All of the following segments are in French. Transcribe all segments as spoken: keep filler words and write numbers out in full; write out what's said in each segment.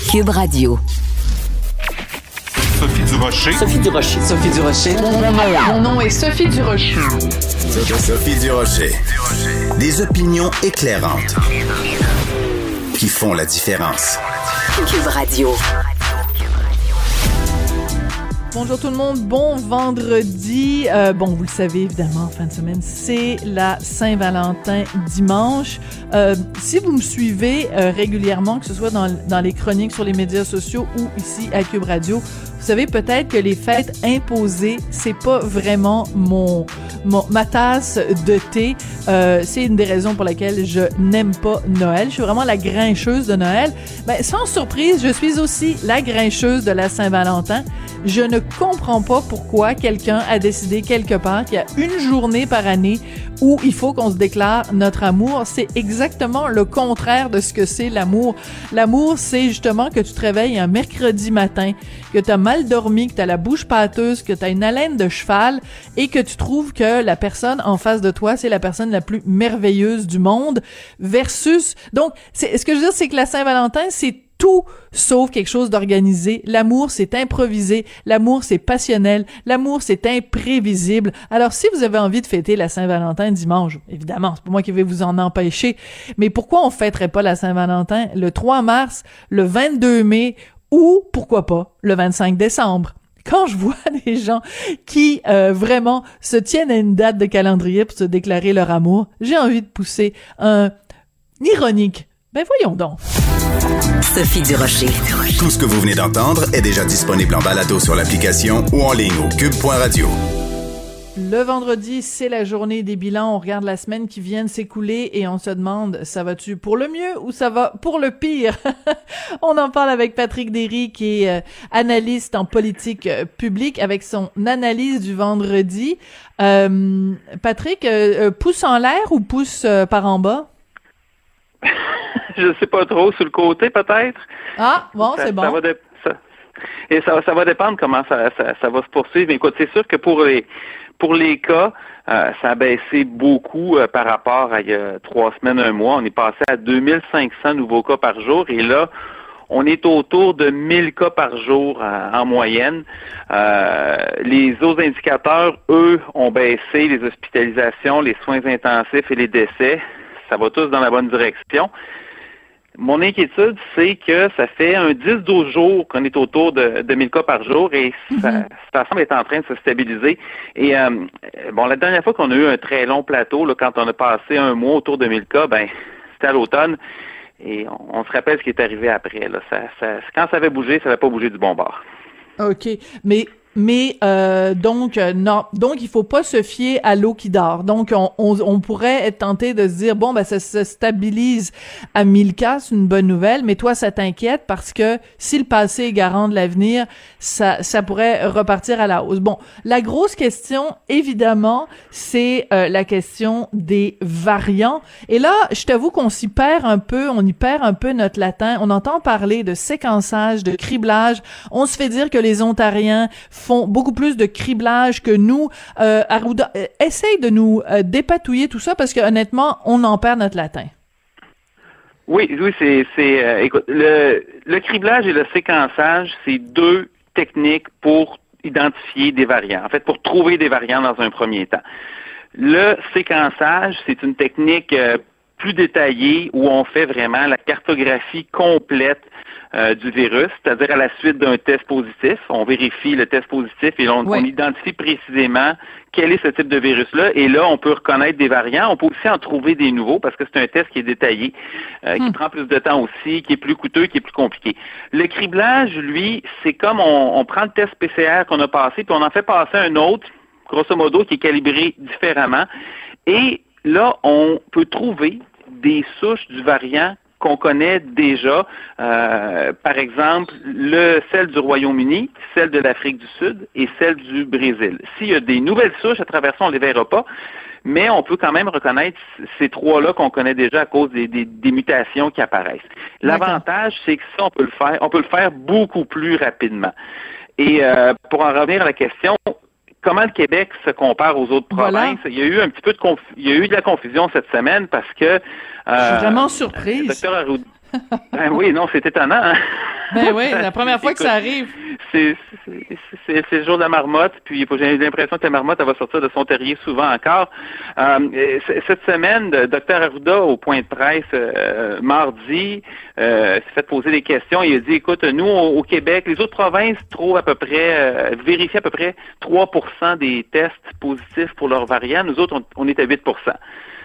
Cube Radio. Sophie Durocher. Sophie Durocher. Sophie Durocher. Mon nom est Sophie Durocher. Sophie Durocher. Des opinions éclairantes qui font la différence. Cube Radio. Bonjour tout le monde, bon vendredi. Euh, bon, vous le savez évidemment, fin de semaine, c'est la Saint-Valentin dimanche. Euh, si vous me suivez euh, régulièrement, que ce soit dans, dans les chroniques sur les médias sociaux ou ici à Cube Radio, vous savez peut-être que les fêtes imposées, c'est pas vraiment mon, mon ma tasse de thé. Euh, c'est une des raisons pour lesquelles je n'aime pas Noël. Je suis vraiment la grincheuse de Noël. Ben, sans surprise, je suis aussi la grincheuse de la Saint-Valentin. Je ne comprends pas pourquoi quelqu'un a décidé quelque part qu'il y a une journée par année où il faut qu'on se déclare notre amour. C'est exactement le contraire de ce que c'est l'amour. L'amour, c'est justement que tu te réveilles un mercredi matin, que tu as mal dormi, que tu as la bouche pâteuse, que tu as une haleine de cheval et que tu trouves que la personne en face de toi, c'est la personne la plus merveilleuse du monde versus... Donc, c'est, ce que je veux dire, c'est que la Saint-Valentin, c'est tout sauf quelque chose d'organisé. L'amour, c'est improvisé. L'amour, c'est passionnel. L'amour, c'est imprévisible. Alors, si vous avez envie de fêter la Saint-Valentin dimanche, évidemment, c'est pas moi qui vais vous en empêcher, mais pourquoi on fêterait pas la Saint-Valentin le trois mars, le vingt-deux mai ou, pourquoi pas, le vingt-cinq décembre? Quand je vois des gens qui euh, vraiment se tiennent à une date de calendrier pour se déclarer leur amour, j'ai envie de pousser un ironique. Ben voyons donc. Sophie Durocher. Tout ce que vous venez d'entendre est déjà disponible en balado sur l'application ou en ligne au cube point radio. Le vendredi, c'est la journée des bilans. On regarde la semaine qui vient de s'écouler et on se demande, ça va-tu pour le mieux ou ça va pour le pire? On en parle avec Patrick Derry, qui est euh, analyste en politique euh, publique, avec son analyse du vendredi. Euh, Patrick, euh, euh, pouce en l'air ou pouce euh, par en bas? Je sais pas trop, sur le côté peut-être. Ah, bon, ça, c'est bon. Ça va, de, ça, et ça, ça va dépendre comment ça, ça, ça va se poursuivre. Mais écoute, c'est sûr que pour les pour les cas, euh, ça a baissé beaucoup euh, par rapport à il y a trois semaines, un mois. On est passé à deux mille cinq cents nouveaux cas par jour et là, on est autour de mille cas par jour euh, en moyenne. Euh, les autres indicateurs, eux, ont baissé, les hospitalisations, les soins intensifs et les décès. Ça va tous dans la bonne direction. Mon inquiétude, c'est que ça fait un dix à douze jours qu'on est autour de, de mille cas par jour et ça, mm-hmm. ça semble être en train de se stabiliser. Et euh, bon, la dernière fois qu'on a eu un très long plateau, là, quand on a passé un mois autour de mille cas, ben c'était à l'automne. Et on, on se rappelle ce qui est arrivé après. Là. Ça, ça, quand ça avait bougé, ça n'avait pas bougé du bon bord. OK. Mais Mais euh, donc euh, non, donc il faut pas se fier à l'eau qui dort. Donc on, on, on pourrait être tenté de se dire bon ben ça se stabilise à mille cas, c'est une bonne nouvelle. Mais toi ça t'inquiète parce que si le passé est garant de l'avenir, ça ça pourrait repartir à la hausse. Bon, la grosse question évidemment c'est euh, la question des variants. Et là je t'avoue qu'on s'y perd un peu, on y perd un peu notre latin. On entend parler de séquençage, de criblage. On se fait dire que les Ontariens font beaucoup plus de criblage que nous. Euh, Arruda, euh, essaye de nous euh, dépatouiller tout ça parce que honnêtement, on en perd notre latin. Oui, oui, c'est, c'est euh, écoute, le, le criblage et le séquençage, c'est deux techniques pour identifier des variants. En fait, pour trouver des variants dans un premier temps. Le séquençage, c'est une technique euh, plus détaillée où on fait vraiment la cartographie complète Euh, du virus, c'est-à-dire à la suite d'un test positif. On vérifie le test positif et on, oui. on identifie précisément quel est ce type de virus-là. Et là, on peut reconnaître des variants. On peut aussi en trouver des nouveaux parce que c'est un test qui est détaillé, euh, hmm. qui prend plus de temps aussi, qui est plus coûteux, qui est plus compliqué. Le criblage, lui, c'est comme on, on prend le test P C R qu'on a passé, puis on en fait passer un autre, grosso modo, qui est calibré différemment. Et là, on peut trouver des souches du variant qu'on connaît déjà, euh, par exemple, le, celle du Royaume-Uni, celle de l'Afrique du Sud et celle du Brésil. S'il y a des nouvelles souches à travers ça, on ne les verra pas, mais on peut quand même reconnaître ces trois-là qu'on connaît déjà à cause des, des, des mutations qui apparaissent. L'avantage, c'est que ça, on peut le faire, on peut le faire beaucoup plus rapidement. Et euh, pour en revenir à la question, comment le Québec se compare aux autres provinces? Voilà. Il y a eu un petit peu de conf... il y a eu de la confusion cette semaine parce que euh, je suis vraiment surprise. Docteur Arruda... ben oui, non, c'est étonnant. Hein? Ben oui, la première fois Écoute, que ça arrive. C'est, c'est, c'est, c'est le jour de la marmotte, puis j'ai l'impression que la marmotte, elle va sortir de son terrier souvent encore. Euh, cette semaine, le docteur Arruda, au point de presse, euh, mardi, euh, s'est fait poser des questions. Il a dit, écoute, nous, au, au Québec, les autres provinces trouvent à peu près, euh, vérifient à peu près trois pour cent des tests positifs pour leurs variants. Nous autres, on, on est à huit pour cent.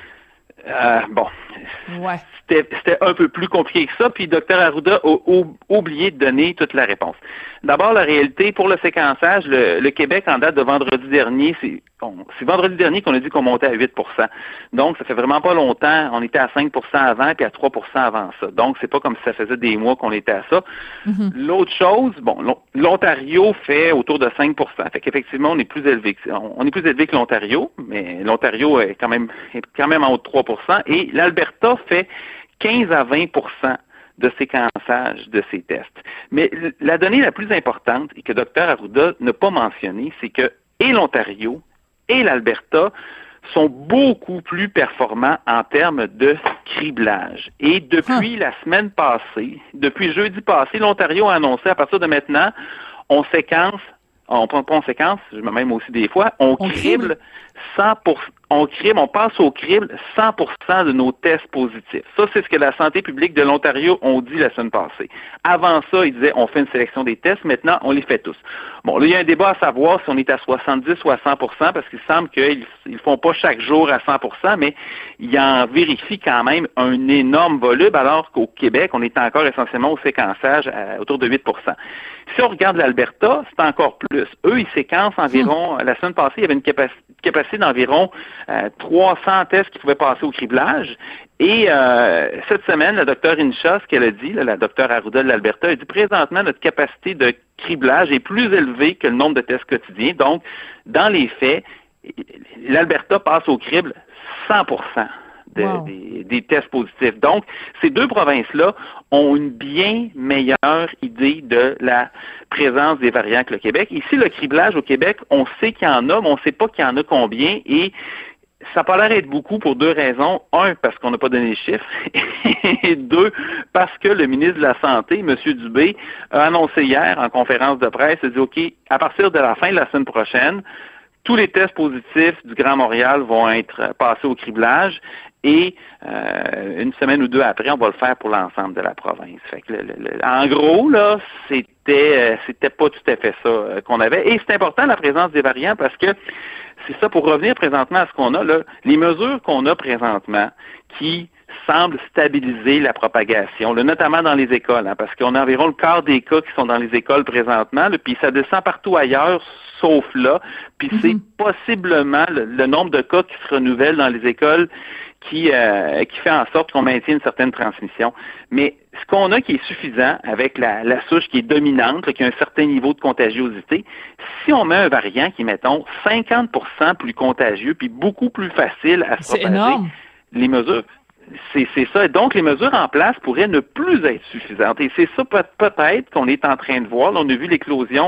Euh, bon, ouais. c'était, c'était un peu plus compliqué que ça, puis Dr Arruda a, a oublié de donner toute la réponse. D'abord, la réalité, pour le séquençage, le, le Québec, en date de vendredi dernier, c'est, on, c'est vendredi dernier qu'on a dit qu'on montait à huit pour cent. Donc, ça fait vraiment pas longtemps. On était à cinq pour cent avant, puis à trois pour cent avant ça. Donc, c'est pas comme si ça faisait des mois qu'on était à ça. Mm-hmm. L'autre chose, bon, l'Ontario fait autour de cinq pour cent. Fait qu'effectivement, on est plus élevé que, on est plus élevé que l'Ontario, mais l'Ontario est quand même, est quand même en haut de trois pour cent. Et l'Alberta fait quinze à vingt pour cent de séquençage de ces tests. Mais la donnée la plus importante, et que Dr Arruda n'a pas mentionnée, c'est que et l'Ontario et l'Alberta sont beaucoup plus performants en termes de criblage. Et depuis ah. la semaine passée, depuis jeudi passé, l'Ontario a annoncé à partir de maintenant, on séquence, on prend pas en séquence, je me même aussi des fois, on, on crible cent pour cent. On crible, on passe au crible cent pour cent de nos tests positifs. Ça, c'est ce que la santé publique de l'Ontario ont dit la semaine passée. Avant ça, ils disaient, on fait une sélection des tests. Maintenant, on les fait tous. Bon, là, il y a un débat à savoir si on est à soixante-dix ou à cent pour cent, parce qu'il semble qu'ils ne font pas chaque jour à cent pour cent, mais ils en vérifient quand même un énorme volume, alors qu'au Québec, on est encore essentiellement au séquençage à autour de huit pour cent. Si on regarde l'Alberta, c'est encore plus. Eux, ils séquencent environ, la semaine passée, il y avait une capac- capacité d'environ Euh, trois cents tests qui pouvaient passer au criblage. Et euh, cette semaine, le docteur Incha, ce qu'elle a dit, là, la docteur Arruda de l'Alberta, a dit présentement notre capacité de criblage est plus élevée que le nombre de tests quotidiens. Donc, dans les faits, l'Alberta passe au crible cent pour cent. De, wow. des, des tests positifs. Donc, ces deux provinces-là ont une bien meilleure idée de la présence des variants que le Québec. Ici, le criblage au Québec, on sait qu'il y en a, mais on ne sait pas qu'il y en a combien, et ça n'a pas l'air d'être beaucoup pour deux raisons. Un, parce qu'on n'a pas donné les chiffres, et deux, parce que le ministre de la Santé, M. Dubé, a annoncé hier en conférence de presse, il a dit, OK, à partir de la fin de la semaine prochaine, tous les tests positifs du Grand Montréal vont être passés au criblage et euh, une semaine ou deux après, on va le faire pour l'ensemble de la province. Fait que le, le, le, en gros, là, c'était euh, c'était pas tout à fait ça euh, qu'on avait. Et c'est important la présence des variants parce que c'est ça, pour revenir présentement à ce qu'on a, là, les mesures qu'on a présentement qui semblent stabiliser la propagation, là, notamment dans les écoles, hein, parce qu'on a environ le quart des cas qui sont dans les écoles présentement, là, puis ça descend partout ailleurs, sauf là, puis mm-hmm. c'est possiblement le, le nombre de cas qui se renouvellent dans les écoles qui euh, qui fait en sorte qu'on maintient une certaine transmission. Mais ce qu'on a qui est suffisant avec la, la souche qui est dominante, là, qui a un certain niveau de contagiosité, si on met un variant qui est, mettons, cinquante pour cent plus contagieux puis beaucoup plus facile à se propager, énorme. Les mesures... C'est, c'est ça. Donc, les mesures en place pourraient ne plus être suffisantes. Et c'est ça peut- peut-être qu'on est en train de voir. Là, on a vu l'éclosion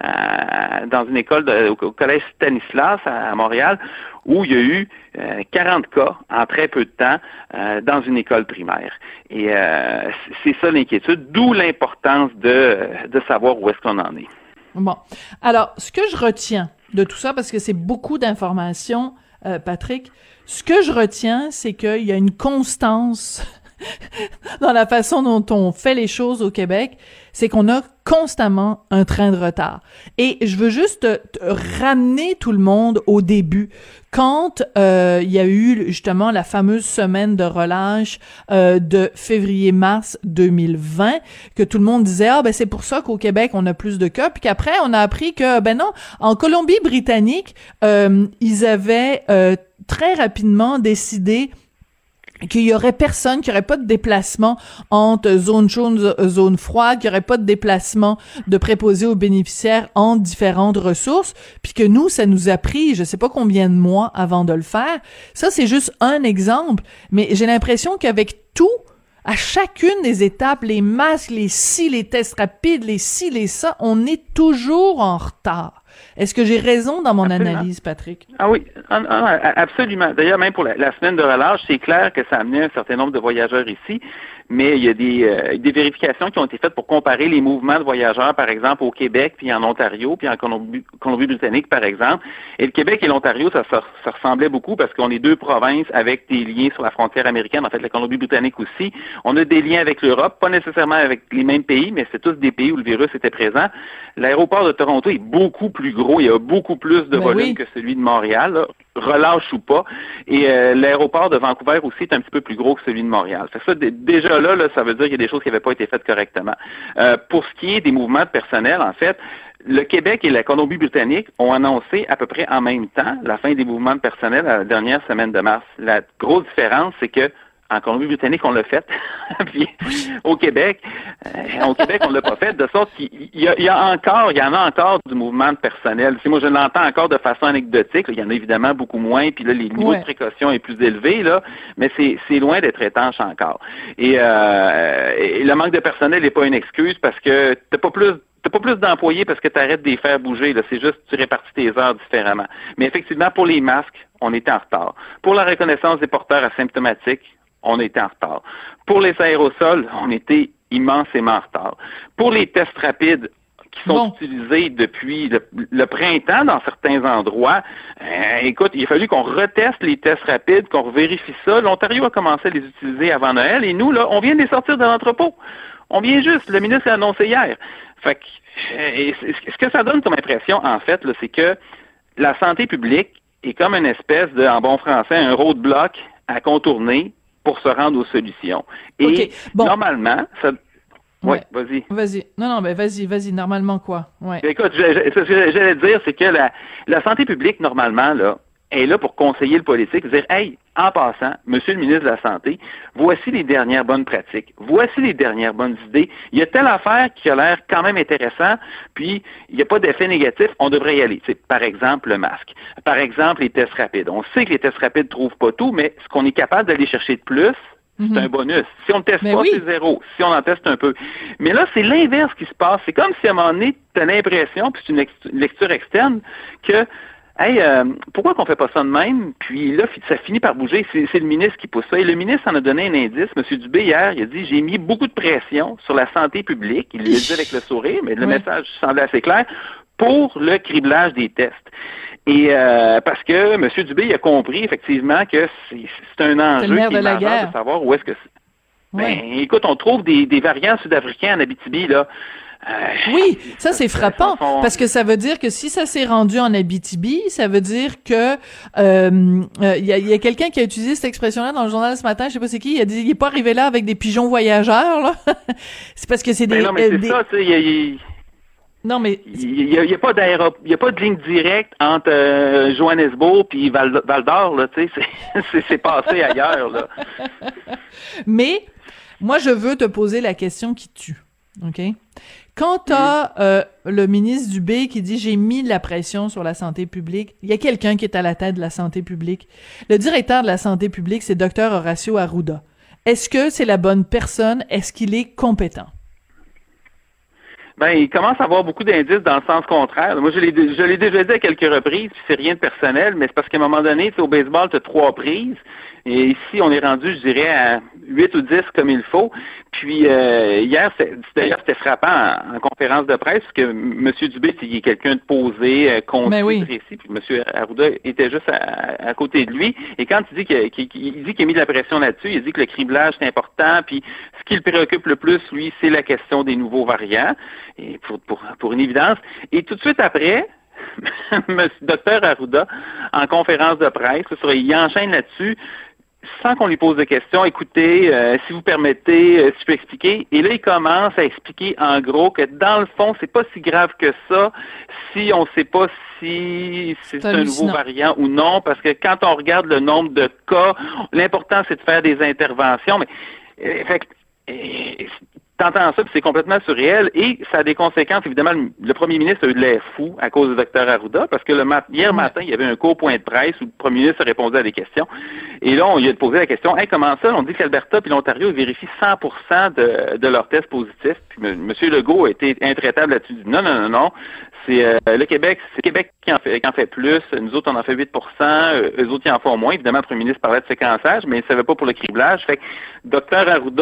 euh, dans une école de, au, au collège Stanislas à, à Montréal où il y a eu euh, quarante cas en très peu de temps euh, dans une école primaire. Et euh, c'est ça l'inquiétude, d'où l'importance de, de savoir où est-ce qu'on en est. Bon. Alors, ce que je retiens de tout ça, parce que c'est beaucoup d'informations, euh, Patrick, ce que je retiens, c'est qu'il y a une constance dans la façon dont on fait les choses au Québec, c'est qu'on a constamment un train de retard. Et je veux juste te, te ramener tout le monde au début, quand euh, il y a eu justement la fameuse semaine de relâche euh, de février-mars deux mille vingt, que tout le monde disait « Ah, ben c'est pour ça qu'au Québec, on a plus de cas », puis qu'après, on a appris que, ben non, en Colombie-Britannique, euh, ils avaient euh, très rapidement décidé qu'il y aurait personne, qu'il y aurait pas de déplacement entre zone chaude, zone froide, qu'il y aurait pas de déplacement de préposés aux bénéficiaires entre différentes ressources, puis que nous, ça nous a pris je sais pas combien de mois avant de le faire. Ça, c'est juste un exemple, mais j'ai l'impression qu'avec tout, à chacune des étapes, les masques, les ci, les tests rapides, les ci, les ça, on est toujours en retard. Est-ce que j'ai raison dans mon absolument. Analyse, Patrick? Ah oui, absolument. D'ailleurs, même pour la, la semaine de relâche, c'est clair que ça a amené un certain nombre de voyageurs ici. mais il y a des, euh, des vérifications qui ont été faites pour comparer les mouvements de voyageurs, par exemple, au Québec, puis en Ontario, puis en Colombie- Colombie-Britannique, par exemple. Et le Québec et l'Ontario, ça, ça, ça ressemblait beaucoup parce qu'on est deux provinces avec des liens sur la frontière américaine, en fait, la Colombie-Britannique aussi. On a des liens avec l'Europe, pas nécessairement avec les mêmes pays, mais c'est tous des pays où le virus était présent. L'aéroport de Toronto est beaucoup plus gros, il y a beaucoup plus de Ben volume oui. que celui de Montréal, là, relâche ou pas. Et euh, l'aéroport de Vancouver aussi est un petit peu plus gros que celui de Montréal. Fait que ça, d- déjà là, là, ça veut dire qu'il y a des choses qui n'avaient pas été faites correctement. Euh, pour ce qui est des mouvements de personnel, en fait, le Québec et la Colombie-Britannique ont annoncé à peu près en même temps la fin des mouvements de personnel à la dernière semaine de mars. La grosse différence, c'est que en Colombie-Britannique, on l'a fait. Puis au Québec, euh, au Québec, on l'a pas fait. De sorte qu'il y a, il y a encore, il y en a encore du mouvement de personnel. Si moi, je l'entends encore de façon anecdotique. Là, il y en a évidemment beaucoup moins. Puis là, les niveaux Ouais. de précaution est plus élevé, là. Mais c'est, c'est loin d'être étanche encore. Et, euh, et le manque de personnel n'est pas une excuse parce que t'as pas plus T'as pas plus d'employés parce que tu arrêtes de les faire bouger. Là. C'est juste que tu répartis tes heures différemment. Mais effectivement, pour les masques, on était en retard. Pour la reconnaissance des porteurs asymptomatiques, on était en retard. Pour les aérosols, on était immensément en retard. Pour les tests rapides qui sont Bon. utilisés depuis le, le printemps dans certains endroits, euh, écoute, il a fallu qu'on reteste les tests rapides, qu'on vérifie ça. L'Ontario a commencé à les utiliser avant Noël et nous, là, on vient de les sortir de l'entrepôt. On vient juste, le ministre l'a annoncé hier. Fait que, euh, ce que ça donne comme impression, en fait, là, c'est que la santé publique est comme une espèce de, en bon français, un roadblock à contourner pour se rendre aux solutions. Et OK. Bon. normalement, ça... Oui, Ouais. vas-y. Vas-y. Non, non, ben vas-y, vas-y. Normalement quoi? Ouais. Écoute, je- je- ce que j'allais dire, c'est que la, la santé publique, normalement, là, est là pour conseiller le politique, dire, hey, en passant, monsieur le ministre de la Santé, voici les dernières bonnes pratiques, voici les dernières bonnes idées, il y a telle affaire qui a l'air quand même intéressant, puis il n'y a pas d'effet négatif, on devrait y aller. C'est, par exemple, le masque, par exemple, les tests rapides. On sait que les tests rapides ne trouvent pas tout, mais ce qu'on est capable d'aller chercher de plus, c'est Mhm. un bonus. Si on ne teste Mais pas, oui. c'est zéro. Si on en teste un peu. Mais là, c'est l'inverse qui se passe. C'est comme si à un moment donné, tu as l'impression, puis c'est une ex- une lecture externe, que hey, euh, pourquoi qu'on fait pas ça de même? Puis là, fi- ça finit par bouger. C'est, c'est le ministre qui pousse ça. Et le ministre en a donné un indice. M. Dubé, hier, il a dit, j'ai mis beaucoup de pression sur la santé publique. Il le dit avec le sourire, mais le Oui. message semblait assez clair, pour le criblage des tests. Et euh, parce que M. Dubé il a compris effectivement que c'est, c'est un enjeu le nerf qui de est la majeur guerre. de savoir où est-ce que c'est. Ouais. Ben, écoute, on trouve des, des variants sud-africains en Abitibi, là. Euh, Oui, ça c'est frappant sont- parce que ça veut dire que si ça s'est rendu en Abitibi, ça veut dire que euh, euh, y a, y a quelqu'un qui a utilisé cette expression-là dans le journal ce matin, je sais pas c'est qui, il a dit il est pas arrivé là avec des pigeons voyageurs là. C'est parce que c'est des, ben non, mais euh, c'est des- ça, tu sais, il y a- il y a- non mais Il n'y a, il y a pas d'aéro, il y a pas de ligne directe entre euh, Johannesburg puis Val, Val d'Or, là, tu sais, c'est, c'est, c'est passé ailleurs, là. mais moi je veux te poser la question qui tue, ok? Quand t'as euh, le ministre Dubé qui dit « J'ai mis de la pression sur la santé publique », il y a quelqu'un qui est à la tête de la santé publique. Le directeur de la santé publique, c'est Dr Horacio Arruda. Est-ce que c'est la bonne personne? Est-ce qu'il est compétent? Ben, il commence à avoir beaucoup d'indices dans le sens contraire. Moi, je l'ai, je l'ai déjà dit à quelques reprises, puis c'est rien de personnel, mais c'est parce qu'à un moment donné, tu sais, au baseball, tu as trois prises. Et ici, on est rendu, je dirais, à huit ou dix comme il faut. Puis euh, hier, c'est, d'ailleurs, c'était frappant en, en conférence de presse, parce que M. Dubé, il est quelqu'un de posé, euh, concis, Ben oui. précis, puis M. Arruda était juste à, à côté de lui. Et quand il dit qu'il, qu'il, qu'il dit qu'il a mis de la pression là-dessus, il dit que le criblage est important, puis ce qui le préoccupe le plus, lui, c'est la question des nouveaux variants, et pour, pour, pour une évidence. Et tout de suite après, M. Dr Arruda, en conférence de presse, il enchaîne là-dessus, sans qu'on lui pose de questions, écoutez, euh, si vous permettez, euh, si je peux expliquer. Et là, il commence à expliquer en gros que dans le fond, c'est pas si grave que ça si on ne sait pas si c'est, C'est un hallucinant. nouveau variant ou non, parce que quand on regarde le nombre de cas, l'important c'est de faire des interventions. Mais euh, fait que, euh, t'entends ça, puis c'est complètement surréel, et ça a des conséquences. Évidemment, le, le premier ministre a eu de l'air fou à cause du docteur Arruda, parce que le mat- hier matin, il y avait un court point de presse où le premier ministre répondait à des questions. Et là, on lui a posé la question, « Hey, comment ça? On dit que l'Alberta puis l'Ontario vérifient cent pour cent de, de leurs tests positifs. » Puis M. Legault a été intraitable là-dessus. Il dit, non, non, non, non. C'est euh, le Québec, c'est le Québec qui en fait, qui en fait plus. Nous autres, on en fait huit pour cent. Euh, eux autres, ils en font moins. Évidemment, le premier ministre parlait de séquençage, mais il ne savait pas pour le criblage. Fait que docteur Arruda,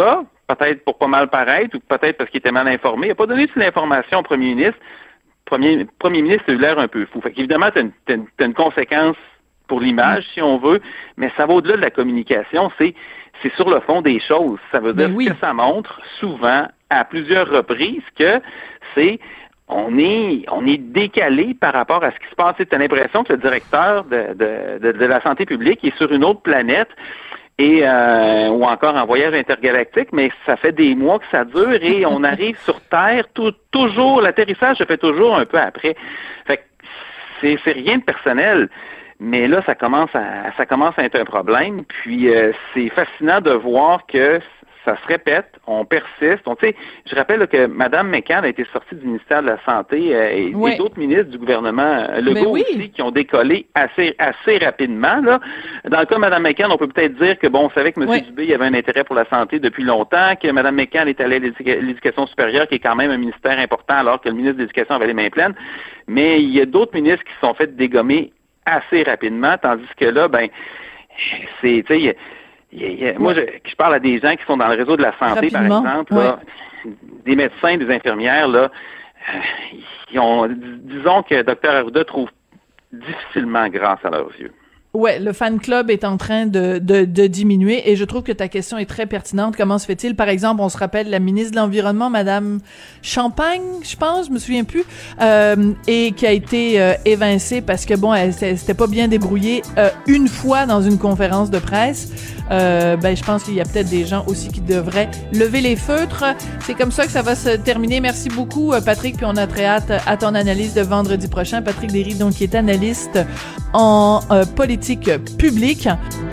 peut-être pour pas mal paraître ou peut-être parce qu'il était mal informé. Il n'a pas donné toute l'information au premier ministre. Premier, premier ministre a eu l'air un peu fou. Fait qu'évidemment, tu as une, une conséquence pour l'image, si on veut, mais ça va au-delà de la communication. C'est, c'est sur le fond des choses. Ça veut dire oui. que ça montre souvent, à plusieurs reprises, que c'est on est on est décalé par rapport à ce qui se passe. Tu as l'impression que le directeur de, de, de, de la santé publique est sur une autre planète et euh, ou encore en voyage intergalactique, mais ça fait des mois que ça dure et on arrive sur Terre, tout, toujours, l'atterrissage se fait toujours un peu après. Fait que c'est, c'est rien de personnel. Mais là, ça commence à ça commence à être un problème. Puis euh, c'est fascinant de voir que ça se répète, on persiste. On, tu sais, je rappelle là, que Mme McCann a été sortie du ministère de la Santé euh, et, oui. et d'autres ministres du gouvernement euh, Legault oui. aussi qui ont décollé assez assez rapidement. Là. Dans le cas de Mme McCann, on peut peut-être dire que bon, on savait que M. Oui. Dubé avait un intérêt pour la santé depuis longtemps, que Mme McCann est allée à l'éduc- l'éducation supérieure, qui est quand même un ministère important, alors que le ministre de l'Éducation avait les mains pleines. Mais il y a d'autres ministres qui se sont fait dégommer assez rapidement, tandis que là, ben, c'est, tu sais, y a, y a, ouais. moi, je, je parle à des gens qui sont dans le réseau de la santé, rapidement. Par exemple, là, ouais. des médecins, des infirmières, là, euh, ils ont, disons que Dr Arruda trouve difficilement grâce à leurs yeux. Ouais, le fan club est en train de, de, de diminuer et je trouve que ta question est très pertinente. Comment se fait-il? Par exemple, on se rappelle la ministre de l'Environnement, Madame Champagne, je pense, je me souviens plus, euh, et qui a été euh, évincée parce que bon, elle, elle s'était pas bien débrouillée euh, une fois dans une conférence de presse. Euh, ben, je pense qu'il y a peut-être des gens aussi qui devraient lever les feutres. C'est comme ça que ça va se terminer. Merci beaucoup, Patrick, puis on a très hâte à ton analyse de vendredi prochain. Patrick Derry, donc, qui est analyste en euh, politique publique.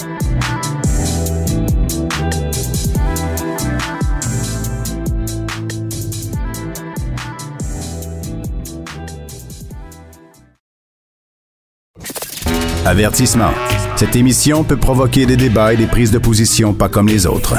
Avertissement. Cette émission peut provoquer des débats et des prises de position pas comme les autres.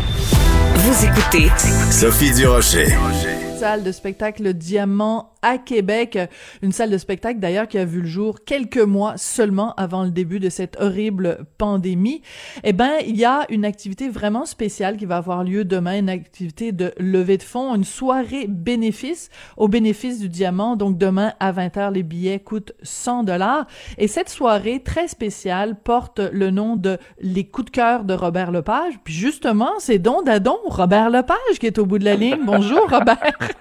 Vous écoutez Sophie Durocher. Salle de spectacle Diamant à Québec, une salle de spectacle d'ailleurs qui a vu le jour quelques mois seulement avant le début de cette horrible pandémie. Eh ben, il y a une activité vraiment spéciale qui va avoir lieu demain, une activité de levée de fonds, une soirée bénéfice au bénéfice du Diamant. Donc demain à vingt heures, les billets coûtent cent dollars et cette soirée très spéciale porte le nom de Les coups de cœur de Robert Lepage. Puis justement, c'est don d'adon Robert Lepage qui est au bout de la ligne. Bonjour Robert.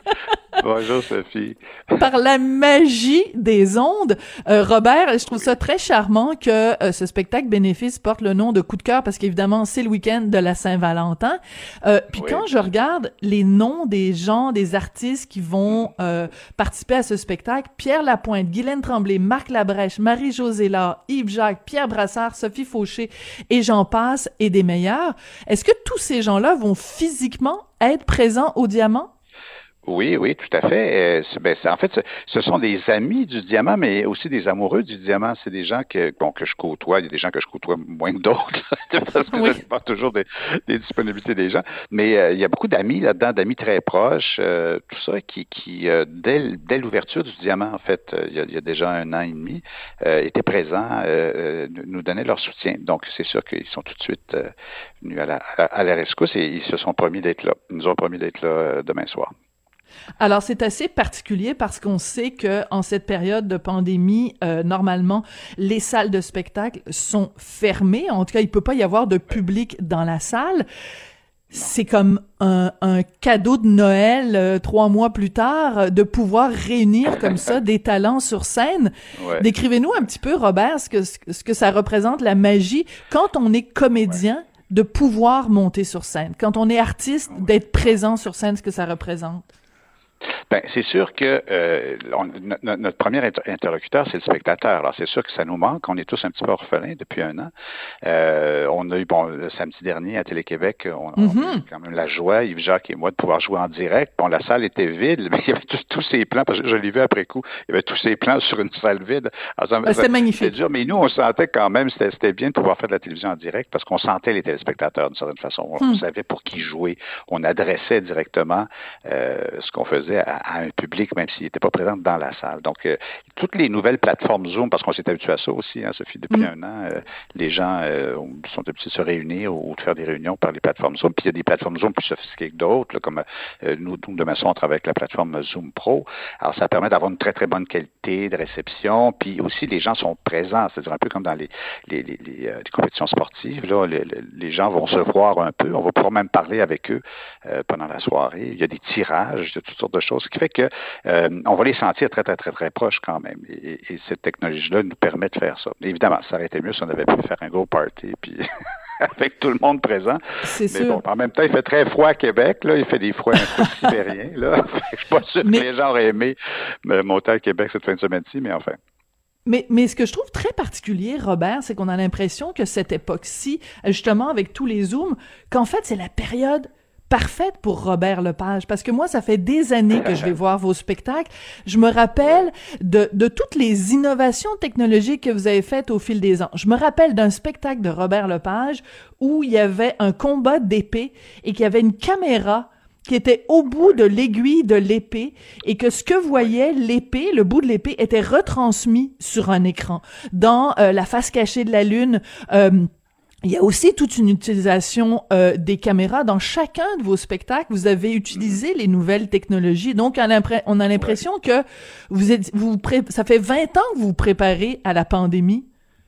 Bonjour Sophie. Par la magie des ondes, euh, Robert, je trouve ça très charmant que euh, ce spectacle bénéfice porte le nom de Coup de cœur parce qu'évidemment c'est le week-end de la Saint-Valentin. Euh, puis oui. Quand je regarde les noms des gens, des artistes qui vont euh, participer à ce spectacle, Pierre Lapointe, Guylaine Tremblay, Marc Labrèche, Marie-Josée Lard, Yves Jacques, Pierre Brassard, Sophie Fauché et j'en passe et des meilleurs. Est-ce que tous ces gens-là vont physiquement être présents au Diamant? Oui, oui, tout à fait. Euh, ben, en fait, ce, ce sont des amis du Diamant, mais aussi des amoureux du Diamant. C'est des gens que, bon, que je côtoie. Il y a des gens que je côtoie moins que d'autres, parce que oui. je parle toujours des, des disponibilités des gens. Mais euh, il y a beaucoup d'amis là-dedans, d'amis très proches, euh, tout ça qui, qui euh, dès, dès l'ouverture du Diamant, en fait, euh, il, y a, il y a déjà un an et demi, euh, étaient présents, euh, nous donnaient leur soutien. Donc, c'est sûr qu'ils sont tout de suite euh, venus à la, à, à la rescousse et ils se sont promis d'être là. Ils nous ont promis d'être là euh, demain soir. Alors, c'est assez particulier parce qu'on sait que en cette période de pandémie, euh, normalement, les salles de spectacle sont fermées. En tout cas, il peut pas y avoir de public dans la salle. C'est comme un, un cadeau de Noël euh, trois mois plus tard euh, de pouvoir réunir comme ça des talents sur scène. Ouais. Décrivez-nous un petit peu, Robert, ce que, ce que ça représente, la magie, quand on est comédien, ouais. de pouvoir monter sur scène. Quand on est artiste, ouais. d'être présent sur scène, ce que ça représente. Ben, c'est sûr que euh, on, no, notre premier inter- interlocuteur, c'est le spectateur. Alors, c'est sûr que ça nous manque. On est tous un petit peu orphelins depuis un an. Euh, on a eu, bon, le samedi dernier à Télé-Québec, on, mm-hmm. on a eu quand même la joie, Yves Jacques et moi, de pouvoir jouer en direct. Bon, la salle était vide, mais il y avait tous, tous ces plans, parce que je l'ai vu après coup, il y avait tous ces plans sur une salle vide. Alors, ça, ben, c'était ça, magnifique. C'était dur, mais nous, on sentait quand même, c'était, c'était bien de pouvoir faire de la télévision en direct, parce qu'on sentait les téléspectateurs d'une certaine façon. On, mm. on savait pour qui jouer. On adressait directement euh, ce qu'on faisait à à, à un public, même s'il n'était pas présent dans la salle. Donc, euh, toutes les nouvelles plateformes Zoom, parce qu'on s'est habitué à ça aussi, hein, Sophie, depuis mmh. un an, euh, les gens euh, sont habitués de se réunir ou de faire des réunions par les plateformes Zoom. Puis il y a des plateformes Zoom plus sophistiquées que d'autres, là, comme euh, nous, nous, de Masson, on travaille avec la plateforme Zoom Pro. Alors, ça permet d'avoir une très, très bonne qualité de réception. Puis aussi, les gens sont présents, c'est-à-dire un peu comme dans les, les, les, les, euh, les compétitions sportives. Là, les, les gens vont se voir un peu. On va pouvoir même parler avec eux euh, pendant la soirée. Il y a des tirages, il y a toutes sortes de choses, ce qui fait que euh, on va les sentir très, très, très, très proches quand même. Et, et cette technologie-là nous permet de faire ça. Évidemment, ça aurait été mieux si on avait pu faire un gros party, puis avec tout le monde présent. C'est Mais sûr. bon, en même temps, il fait très froid à Québec, là. Il fait des froids un peu sibériens, là. Je suis pas sûr mais... que les gens auraient aimé monter à Québec cette fin de semaine-ci, mais enfin. Mais, mais ce que je trouve très particulier, Robert, c'est qu'on a l'impression que cette époque-ci, justement avec tous les Zooms, qu'en fait, c'est la période parfaite pour Robert Lepage, parce que moi, ça fait des années que je vais voir vos spectacles. Je me rappelle de, de toutes les innovations technologiques que vous avez faites au fil des ans. Je me rappelle d'un spectacle de Robert Lepage où il y avait un combat d'épée et qu'il y avait une caméra qui était au bout de l'aiguille de l'épée et que ce que voyait l'épée, le bout de l'épée, était retransmis sur un écran. Dans euh, La face cachée de la Lune, euh, il y a aussi toute une utilisation euh, des caméras. Dans chacun de vos spectacles, vous avez utilisé les nouvelles technologies. Donc, on a, on a l'impression que vous êtes, vous pré- ça fait vingt ans que vous vous préparez à la pandémie.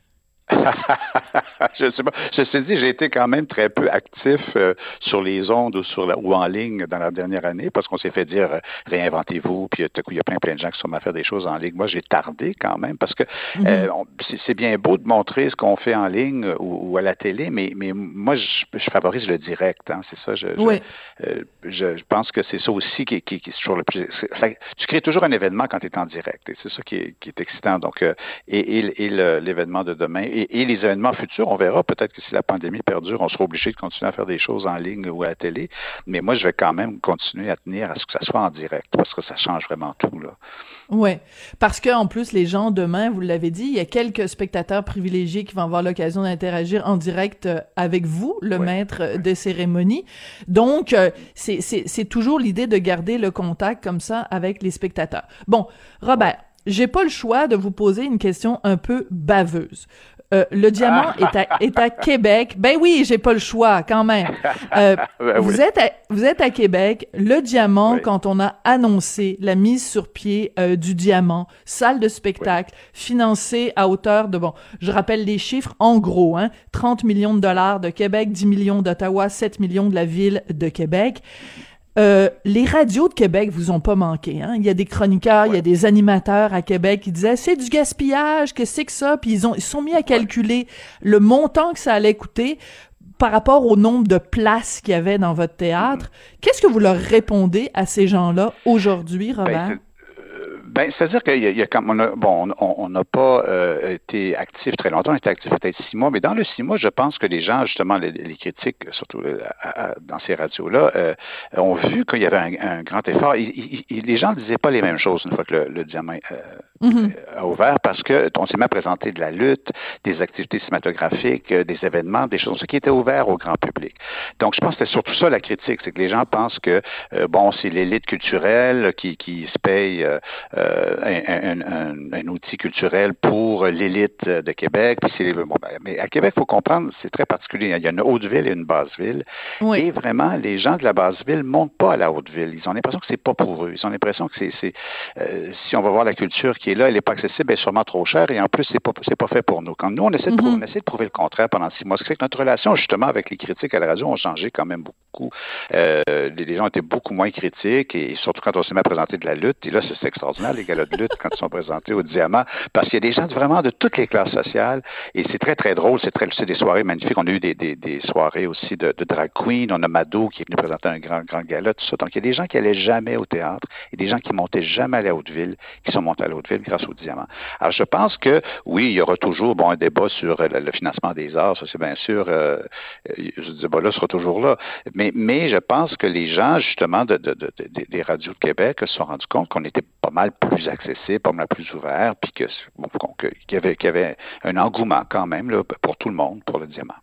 Je sais pas. Ceci dit, j'ai été quand même très peu actif euh, sur les ondes ou sur la, ou en ligne dans la dernière année parce qu'on s'est fait dire euh, réinventez-vous, puis tout à coup il y a plein plein de gens qui sont à faire des choses en ligne. Moi, j'ai tardé quand même parce que mm-hmm. euh, on, c'est, c'est bien beau de montrer ce qu'on fait en ligne ou, ou à la télé, mais mais moi je, je favorise le direct. Hein, c'est ça. Je, oui. je, euh, je, je pense que c'est ça aussi qui, qui, qui est toujours le plus. Ça, tu crées toujours un événement quand tu es en direct, et c'est ça qui est, qui est excitant. Donc euh, et, et, et le, l'événement de demain. Et, Et les événements futurs, on verra peut-être que si la pandémie perdure, on sera obligé de continuer à faire des choses en ligne ou à la télé. Mais moi, je vais quand même continuer à tenir à ce que ça soit en direct parce que ça change vraiment tout, là. Oui, parce que en plus, les gens, demain, vous l'avez dit, il y a quelques spectateurs privilégiés qui vont avoir l'occasion d'interagir en direct avec vous, le ouais. maître de cérémonie. Donc, c'est, c'est, c'est toujours l'idée de garder le contact comme ça avec les spectateurs. Bon, Robert, j'ai pas le choix de vous poser une question un peu baveuse. Euh, le diamant ah. est, à, est à Québec. Ben oui, j'ai pas le choix quand même. Euh, ben vous, oui. êtes à, vous êtes à Québec. Le diamant, oui. quand on a annoncé la mise sur pied euh, du diamant, salle de spectacle, oui. financée à hauteur de, bon, je rappelle les chiffres, en gros, hein, trente millions de dollars de Québec, dix millions d'Ottawa, sept millions de la ville de Québec. Euh, les radios de Québec vous ont pas manqué, hein. Il y a des chroniqueurs, ouais. il y a des animateurs à Québec qui disaient c'est du gaspillage, que c'est que ça, puis ils ont ils sont mis à calculer ouais. le montant que ça allait coûter par rapport au nombre de places qu'il y avait dans votre théâtre. Mm-hmm. Qu'est-ce que vous leur répondez à ces gens-là aujourd'hui, Robert? Ben, Ben, c'est-à-dire qu'il y a, il y a quand on a, bon, on n'a pas euh, été actif très longtemps, on a été actif peut-être six mois, mais dans le six mois, je pense que les gens, justement, les, les critiques, surtout euh, à, à, dans ces radios-là, euh, ont vu qu'il y avait un, un grand effort. Il, il, les gens ne disaient pas les mêmes choses une fois que le, le diamant euh, mm-hmm. a ouvert, parce que on s'est mis à présenter de la lutte, des activités cinématographiques, des événements, des choses qui étaient ouvertes au grand public. Donc, je pense que c'est surtout ça la critique, c'est que les gens pensent que, euh, bon, c'est l'élite culturelle qui, qui se paye euh, Euh, un, un, un outil culturel pour l'élite de Québec. Puis c'est, bon, ben, mais à Québec, il faut comprendre, c'est très particulier. Il y a une haute-ville et une basse-ville. Oui. Et vraiment, les gens de la basse-ville ne montent pas à la haute-ville. Ils ont l'impression que c'est pas pour eux. Ils ont l'impression que c'est, c'est euh, si on va voir la culture qui est là, elle n'est pas accessible, elle est sûrement trop chère. Et en plus, c'est pas, c'est pas fait pour nous. Quand nous, on essaie, de, mm-hmm. on essaie de prouver le contraire pendant six mois. Ce qui fait que notre relation, justement, avec les critiques à la radio ont changé quand même beaucoup. Euh, les, les gens étaient beaucoup moins critiques, et surtout quand on s'est mis à présenter de la lutte. Et là, c'est, c'est extraordinaire, les galas de lutte, quand ils sont présentés au Diamant, parce qu'il y a des gens vraiment de toutes les classes sociales, et c'est très, très drôle, c'est, très, c'est des soirées magnifiques. On a eu des, des, des soirées aussi de, de drag queen, on a Mado qui est venu présenter un grand, grand gala, tout ça. Donc, il y a des gens qui allaient jamais au théâtre, et des gens qui montaient jamais à la Haute-Ville, qui sont montés à la Haute-Ville grâce au Diamant. Alors, je pense que, oui, il y aura toujours, bon, un débat sur le, le financement des arts, ça c'est bien sûr, euh, ce débat-là sera toujours là, mais, mais je pense que les gens, justement, de, de, de, de, des radios de Québec se sont rendus compte qu'on était pas mal plus accessible, pas mal plus ouvert, puis que, bon, qu'il y avait, qu'il y avait un engouement quand même là, pour tout le monde, pour le Diamant.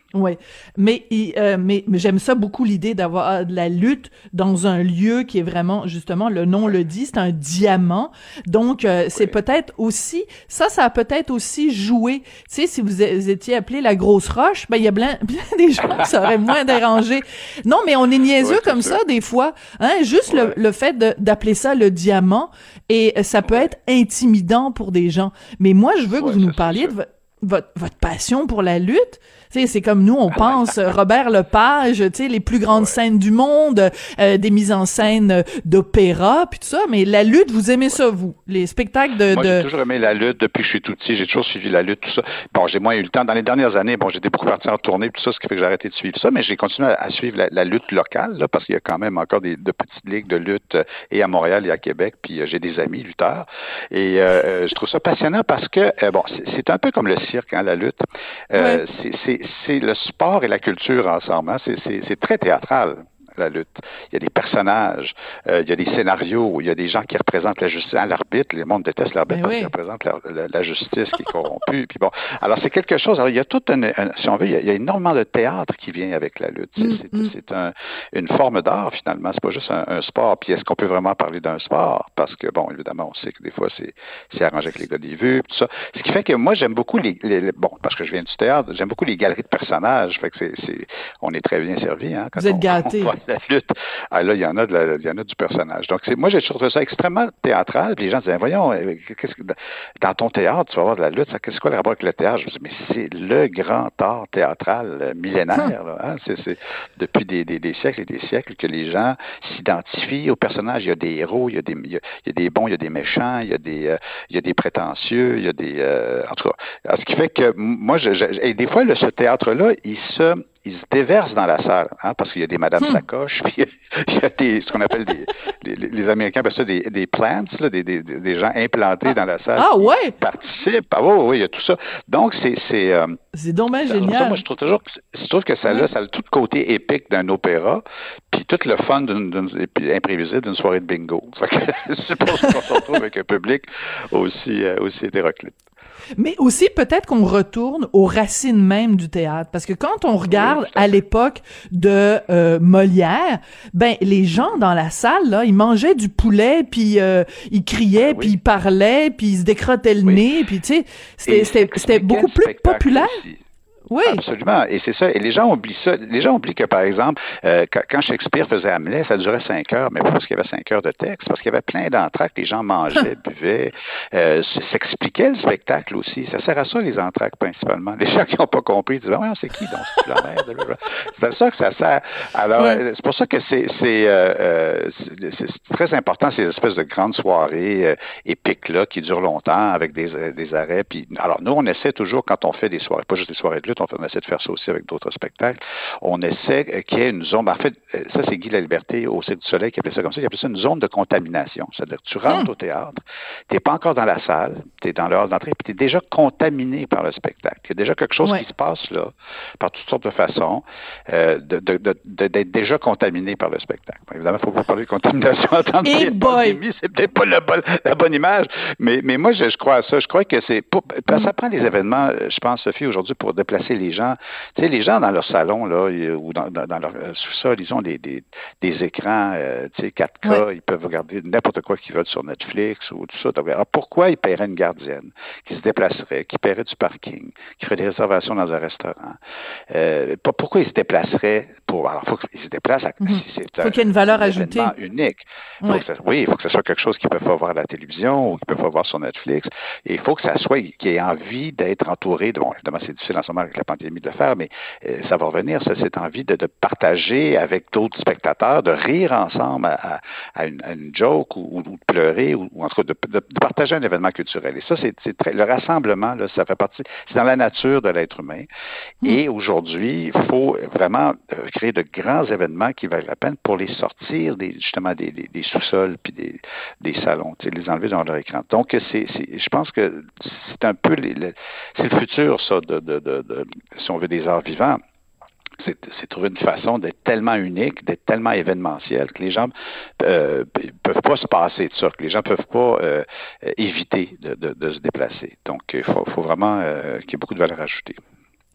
Oui, mais, euh, mais mais j'aime ça beaucoup l'idée d'avoir de la lutte dans un lieu qui est vraiment, justement, le nom le dit, c'est un diamant. Donc, euh, c'est oui. peut-être aussi, ça, ça a peut-être aussi joué. Tu sais, si vous étiez appelé la grosse roche, ben il y a plein, plein des gens qui seraient moins dérangés. Non, mais on est niaiseux oui, comme ça. ça des fois. Hein, juste ouais. le, le fait de, d'appeler ça le diamant, et ça peut ouais. être intimidant pour des gens. Mais moi, je veux que ouais, vous nous parliez de votre Votre, votre passion pour la lutte. Tu sais, c'est comme nous, on pense Robert Lepage, tu sais, les plus grandes ouais. scènes du monde, euh, des mises en scène d'opéra, puis tout ça, mais la lutte, vous aimez ouais. ça, vous? Les spectacles de... Moi, de... j'ai toujours aimé la lutte depuis que je suis tout petit, j'ai toujours suivi la lutte, tout ça. Bon, j'ai moins eu le temps. Dans les dernières années, bon, j'étais beaucoup parti en tournée, tout ça, ce qui fait que j'ai arrêté de suivre ça, mais j'ai continué à, à suivre la, la lutte locale, là, parce qu'il y a quand même encore des de petites ligues de lutte, euh, et à Montréal et à Québec, puis euh, j'ai des amis lutteurs, et euh, je trouve ça passionnant parce que, euh, bon, c'est, c'est un peu comme le cirque, hein, la lutte. Euh, ouais. c'est, c'est, c'est le sport et la culture ensemble. Hein. C'est, c'est, c'est très théâtral, la lutte. Il y a des personnages, euh, il y a des scénarios, il y a des gens qui représentent la justice. Hein, l'arbitre, le monde déteste l'arbitre parce oui. qu'il représente la, la, la justice qui est corrompue. Puis bon, alors c'est quelque chose. Alors il y a tout un, un si on veut, il y, a, il y a énormément de théâtre qui vient avec la lutte. C'est, mm, c'est, mm. c'est un, une forme d'art finalement. C'est pas juste un, un sport. Puis est-ce qu'on peut vraiment parler d'un sport? Parce que bon, évidemment, on sait que des fois c'est, c'est arrangé avec les gars des vues, tout ça. Ce qui fait que moi j'aime beaucoup les, les, les bon, parce que je viens du théâtre, j'aime beaucoup les galeries de personnages. Fait que c'est, c'est on est très bien servi. Hein, quand Vous êtes on, gâtés. La lutte. Ah là, il y en a de la, il y en a du personnage. Donc, c'est, moi, j'ai trouvé ça extrêmement théâtral. Puis les gens disaient, voyons, qu'est-ce que, dans ton théâtre, tu vas avoir de la lutte. Ça, qu'est-ce quoi le rapport avec le théâtre? Je me dis, mais c'est le grand art théâtral millénaire. Là, hein? c'est, c'est depuis des, des, des siècles et des siècles que les gens s'identifient aux personnages. Il y a des héros, il y a des, il y a, il y a des bons, il y a des méchants, il y a des, euh, il y a des prétentieux, il y a des, euh, en tout cas, alors, ce qui fait que moi, je, je, et des fois, le, ce théâtre-là, il se ils se déversent dans la salle, hein, parce qu'il y a des Madame hmm. Sacoche, puis il y a des, ce qu'on appelle des, les, les Américains appellent ça des, des plants, là, des, des, des gens implantés ah. dans la salle. Ah ouais? Qui participent. Ah oui, oui, il y a tout ça. Donc, c'est, c'est, euh, c'est dommage génial. Ça, moi, je trouve toujours que, je trouve que ça, là, ça a tout le côté épique d'un opéra, puis tout le fun d'une, d'une, puis imprévisible d'une soirée de bingo. Fait que, c'est pour ça qu'on se retrouve avec un public aussi, euh, aussi hétéroclite. Mais aussi, peut-être qu'on retourne aux racines même du théâtre. Parce que quand on regarde oui, à l'époque de euh, Molière, ben les gens dans la salle, là, ils mangeaient du poulet, puis euh, ils criaient, ah, puis oui. ils parlaient, puis ils se décrottaient le oui. nez, puis tu sais, c'était, c'était, c'était beaucoup plus populaire. Aussi. Oui. Absolument. Et c'est ça. Et les gens oublient ça. Les gens oublient que, par exemple, euh, quand Shakespeare faisait Hamlet, ça durait cinq heures, mais pas parce qu'il y avait cinq heures de texte, parce qu'il y avait plein entr'actes, les gens mangeaient, buvaient, euh, s'expliquaient le spectacle aussi. Ça sert à ça, les entr'actes, principalement. Les gens qui n'ont pas compris disent, voyons, c'est qui, donc, c'est la merde. C'est à ça que ça sert. Alors, oui. c'est pour ça que c'est, c'est, euh, c'est, c'est très important, ces espèces de grandes soirées euh, épiques-là, qui durent longtemps, avec des, des arrêts. Puis, alors, nous, on essaie toujours, quand on fait des soirées, pas juste des soirées de lutte, on essaie de faire ça aussi avec d'autres spectacles. On essaie qu'il y ait une zone. En fait, ça, c'est Guy Laliberté au Cirque du Soleil qui appelait ça comme ça. Il appelait ça une zone de contamination. C'est-à-dire que tu rentres mmh. au théâtre, tu n'es pas encore dans la salle, tu es dans le hall d'entrée, puis tu es déjà contaminé par le spectacle. Il y a déjà quelque chose ouais. qui se passe là, par toutes sortes de façons, euh, de, de, de, de, d'être déjà contaminé par le spectacle. Bon, évidemment, il ne faut pas parler de contamination en temps de pandémie. C'est peut-être pas la bonne, la bonne image, mais, mais moi, je, je crois à ça. Je crois que c'est... Pour, mmh. Ça prend les événements, je pense, Sophie, aujourd'hui, pour déplacer les gens. Tu sais, les gens dans leur salon, là, ou dans, dans, dans leur sous-sol, ils ont des, des, des écrans, euh, tu sais, quatre K, ouais. ils peuvent regarder n'importe quoi qu'ils veulent sur Netflix ou tout ça. Alors, pourquoi ils paieraient une gardienne qui se déplacerait, qui paierait du parking, qui ferait des réservations dans un restaurant? Euh, pourquoi ils se déplaceraient pour... Alors, il faut qu'ils se déplacent à, mm-hmm. si c'est faut un, qu'il y ait une valeur ajoutée. unique. Ouais. Ça, oui, il faut que ce soit quelque chose qu'ils peuvent pas voir à la télévision ou qu'ils peuvent pas voir sur Netflix. Et il faut que ça soit, qu'ils aient envie d'être entourés de... Bon, évidemment, c'est difficile en ce moment avec la pandémie de le faire, mais euh, ça va revenir, ça, cette envie de, de partager avec d'autres spectateurs, de rire ensemble à, à, à, une, à une joke ou, ou de pleurer, ou, ou en tout cas de, de, de partager un événement culturel. Et ça, c'est, c'est très, le rassemblement, là, ça fait partie, c'est dans la nature de l'être humain. Mmh. Et aujourd'hui, il faut vraiment euh, créer de grands événements qui valent la peine pour les sortir des, justement des, des, des sous-sols puis des, des salons, les enlever dans leur écran. Donc, c'est, c'est, je pense que c'est un peu les, les, c'est le futur, ça, de, de, de, de si on veut, des arts vivants. C'est, c'est trouver une façon d'être tellement unique, d'être tellement événementiel que les gens euh, peuvent pas se passer de ça, que les gens peuvent pas euh, éviter de, de, de se déplacer. Donc, il faut, faut vraiment euh, qu'il y ait beaucoup de valeur ajoutée.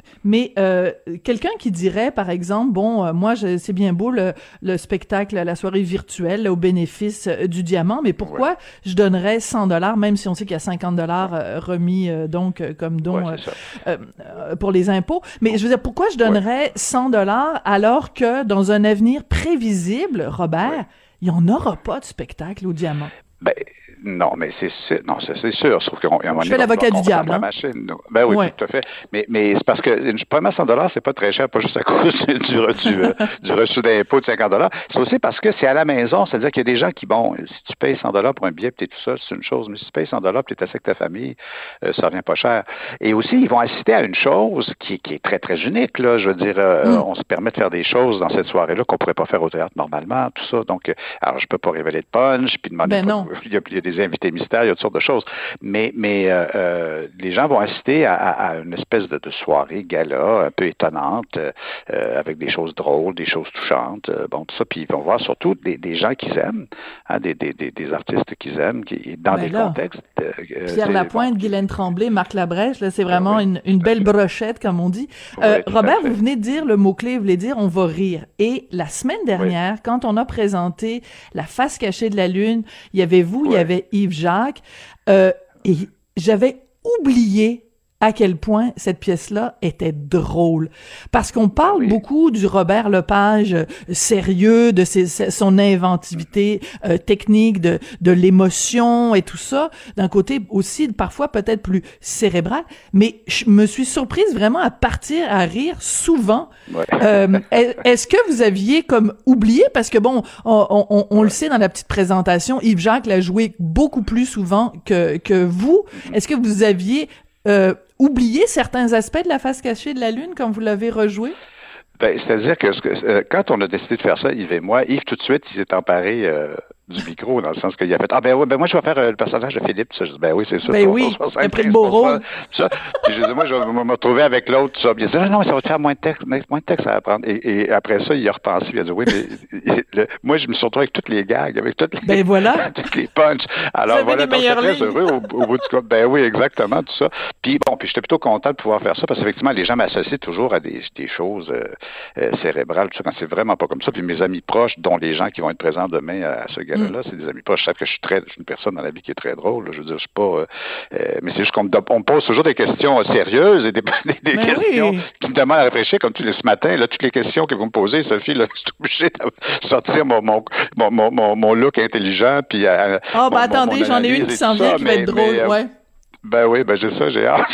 Mais euh, quelqu'un qui dirait, par exemple, bon, euh, moi, je, c'est bien beau le, le spectacle, la soirée virtuelle là, au bénéfice euh, du diamant, mais pourquoi ouais. je donnerais cent dollars, même si on sait qu'il y a cinquante dollars euh, remis euh, donc euh, comme don ouais, euh, euh, pour les impôts. Mais je veux dire, pourquoi je donnerais ouais. cent dollars alors que dans un avenir prévisible, Robert, ouais. il n'y en aura pas de spectacle au diamant? Ben, non, mais c'est, c'est non, c'est, c'est sûr. Sauf qu'on, je fais l'avocat du diable. La machine. Ben oui, ouais. tout à fait. Mais, mais c'est parce que une première cent dollars, c'est pas très cher, pas juste à cause du, du, du, du reçu d'impôt de cinquante dollars. C'est aussi parce que c'est à la maison. C'est-à-dire qu'il y a des gens qui, bon, si tu payes cent dollars pour un billet, puis t'es tout seul, c'est une chose. Mais si tu payes cent dollars, puis t'es assis avec ta famille, euh, ça revient pas cher. Et aussi, ils vont assister à une chose qui, qui est très, très unique. Là, je veux dire, euh, mm. on se permet de faire des choses dans cette soirée-là qu'on pourrait pas faire au théâtre normalement, tout ça. Donc, euh, alors, je peux pas révéler de punch, puis demander. Ben non. Il y a, il y a des invités mystères, il y a toutes sortes de choses. Mais, mais euh, euh, les gens vont assister à, à une espèce de, de soirée gala un peu étonnante, euh, avec des choses drôles, des choses touchantes, euh, bon, tout ça. Puis ils vont voir surtout des, des gens qu'ils aiment, hein, des, des, des, des artistes qu'ils aiment, qui, dans ben des là, contextes. Euh, Pierre Lapointe, bon, Guylaine Tremblay, Marc Labrèche, là, c'est vraiment oui, une, une belle brochette, comme on dit. Euh, oui, Robert, vous venez de dire le mot-clé, vous voulez dire on va rire. Et la semaine dernière, oui. quand on a présenté La face cachée de la Lune, il y avait vous, oui. il y avait Yves Jacques, euh, et j'avais oublié à quel point cette pièce-là était drôle. Parce qu'on parle oui. beaucoup du Robert Lepage euh, sérieux, de ses, son inventivité euh, technique, de, de l'émotion et tout ça, d'un côté aussi parfois peut-être plus cérébral, mais je me suis surprise vraiment à partir à rire souvent. Ouais. Euh, est-ce que vous aviez comme oublié, parce que bon, on, on, on ouais. le sait dans la petite présentation, Yves Jacques l'a joué beaucoup plus souvent que, que vous. Est-ce que vous aviez Euh, oublier certains aspects de La face cachée de la Lune quand vous l'avez rejoué? Ben, c'est-à-dire que, euh, quand on a décidé de faire ça, Yves et moi, Yves tout de suite, il s'est emparé euh, du micro, dans le sens qu'il a fait « Ah ben oui, ben moi je vais faire euh, le personnage de Philippe. » Ça, je dis « Ben oui, c'est ça. » Ben oui, il a pris le beau rôle. Ça. Puis je dis « Moi, je vais me retrouver avec l'autre. » Ça. Puis il a dit « Non, non, ça va te faire moins de texte, moins de texte à apprendre. » Et, et après ça, il a repensé, il a dit « Oui, mais le, moi, je me suis retrouvé avec toutes les gags, avec toutes les, ben voilà. toutes les punchs. » Alors voilà, donc c'est très heureux au, au bout du compte. Ben oui, exactement, tout ça. Puis bon, puis j'étais plutôt content de pouvoir faire ça, parce qu'effectivement, les gens m'associent toujours à des, des choses euh, euh, cérébrales, tout ça, quand c'est vraiment pas comme ça. Puis mes amis proches, dont les gens qui vont être présents demain à, à ce gala-là, mm. c'est des amis proches. Je sais que je suis très, je suis une personne dans la vie qui est très drôle. Là. Je veux dire, je suis pas, euh, euh, mais c'est juste qu'on me, on me pose toujours des questions sérieuses et des, des, des questions oui. qui me demandent à réfléchir. Comme tous les ce matin, là, toutes les questions que vous me posez, Sophie, là, je suis obligé de sortir mon mon mon mon, mon look intelligent. Puis ah oh, bah attendez, mon j'en ai une qui s'en vient qui va être drôle, mais, ouais. Ben oui, ben j'ai ça, j'ai hâte.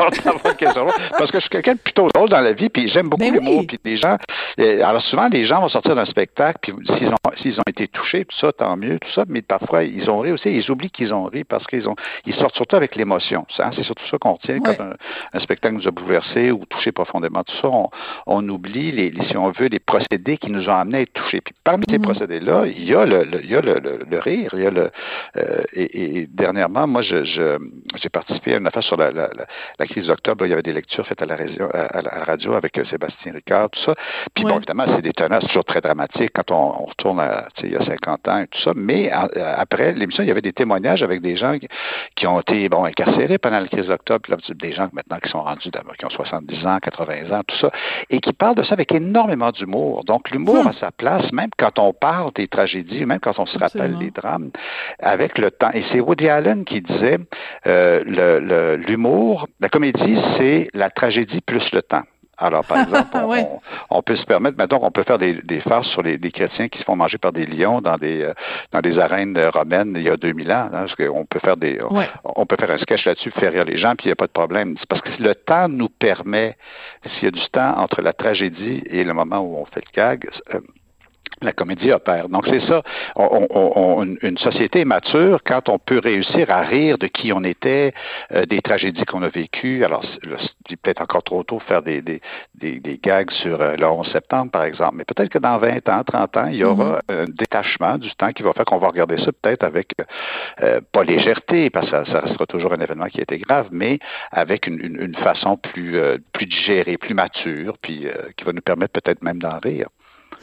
Parce que je suis quelqu'un de plutôt drôle dans la vie, puis j'aime beaucoup ben l'humour, oui. puis les gens, alors souvent les gens vont sortir d'un spectacle, puis s'ils ont s'ils ont été touchés, tout ça, tant mieux, tout ça, mais parfois ils ont ri aussi, ils oublient qu'ils ont ri parce qu'ils ont ils sortent surtout avec l'émotion. Ça, c'est surtout ça qu'on retient ouais. quand un, un spectacle nous a bouleversé ou touché profondément. Tout ça, on, on oublie les, les, si on veut, les procédés qui nous ont amenés à être touchés. Puis parmi mm-hmm. ces procédés-là, il y a le, le il y a le, le, le rire, il y a le euh, et, et dernièrement, moi, je, je j'ai participé à une affaire sur la, la, la, la crise d'octobre. Il y avait des lectures faites à la radio, à la radio avec Sébastien Ricard, tout ça. Puis ouais. bon, évidemment, c'est des tenaces toujours très dramatiques quand on, on retourne à, tu sais, il y a cinquante ans et tout ça. Mais à, après l'émission, il y avait des témoignages avec des gens qui, qui ont été, bon, incarcérés pendant la crise d'octobre. Puis là, des gens maintenant qui sont rendus, qui ont soixante-dix ans, quatre-vingts ans, tout ça. Et qui parlent de ça avec énormément d'humour. Donc, l'humour a sa place, même quand on parle des tragédies, même quand on se rappelle des drames, avec le temps. Et c'est Woody Allen qui disait, euh, le, le, l'humour, la comédie, c'est la tragédie plus le temps. Alors, par exemple, on, ouais. on, on peut se permettre, maintenant qu'on peut faire des, des farces sur les des chrétiens qui se font manger par des lions dans des euh, dans des arènes romaines il y a deux mille ans. Hein, parce qu'on peut faire des, ouais. on, on peut faire un sketch là-dessus, faire rire les gens, puis il n'y a pas de problème. C'est parce que le temps nous permet, s'il y a du temps entre la tragédie et le moment où on fait le gag, euh, la comédie opère. Donc, c'est ça. On, on, on, une société est mature quand on peut réussir à rire de qui on était, euh, des tragédies qu'on a vécues. Alors, c'est peut-être encore trop tôt de faire des, des, des, des gags sur euh, le onze septembre, par exemple. Mais peut-être que dans vingt ans, trente ans, il y aura mm-hmm. un détachement du temps qui va faire qu'on va regarder ça peut-être avec, euh, pas légèreté, parce que ça, ça sera toujours un événement qui a été grave, mais avec une, une, une façon plus, euh, plus digérée, plus mature, puis euh, qui va nous permettre peut-être même d'en rire.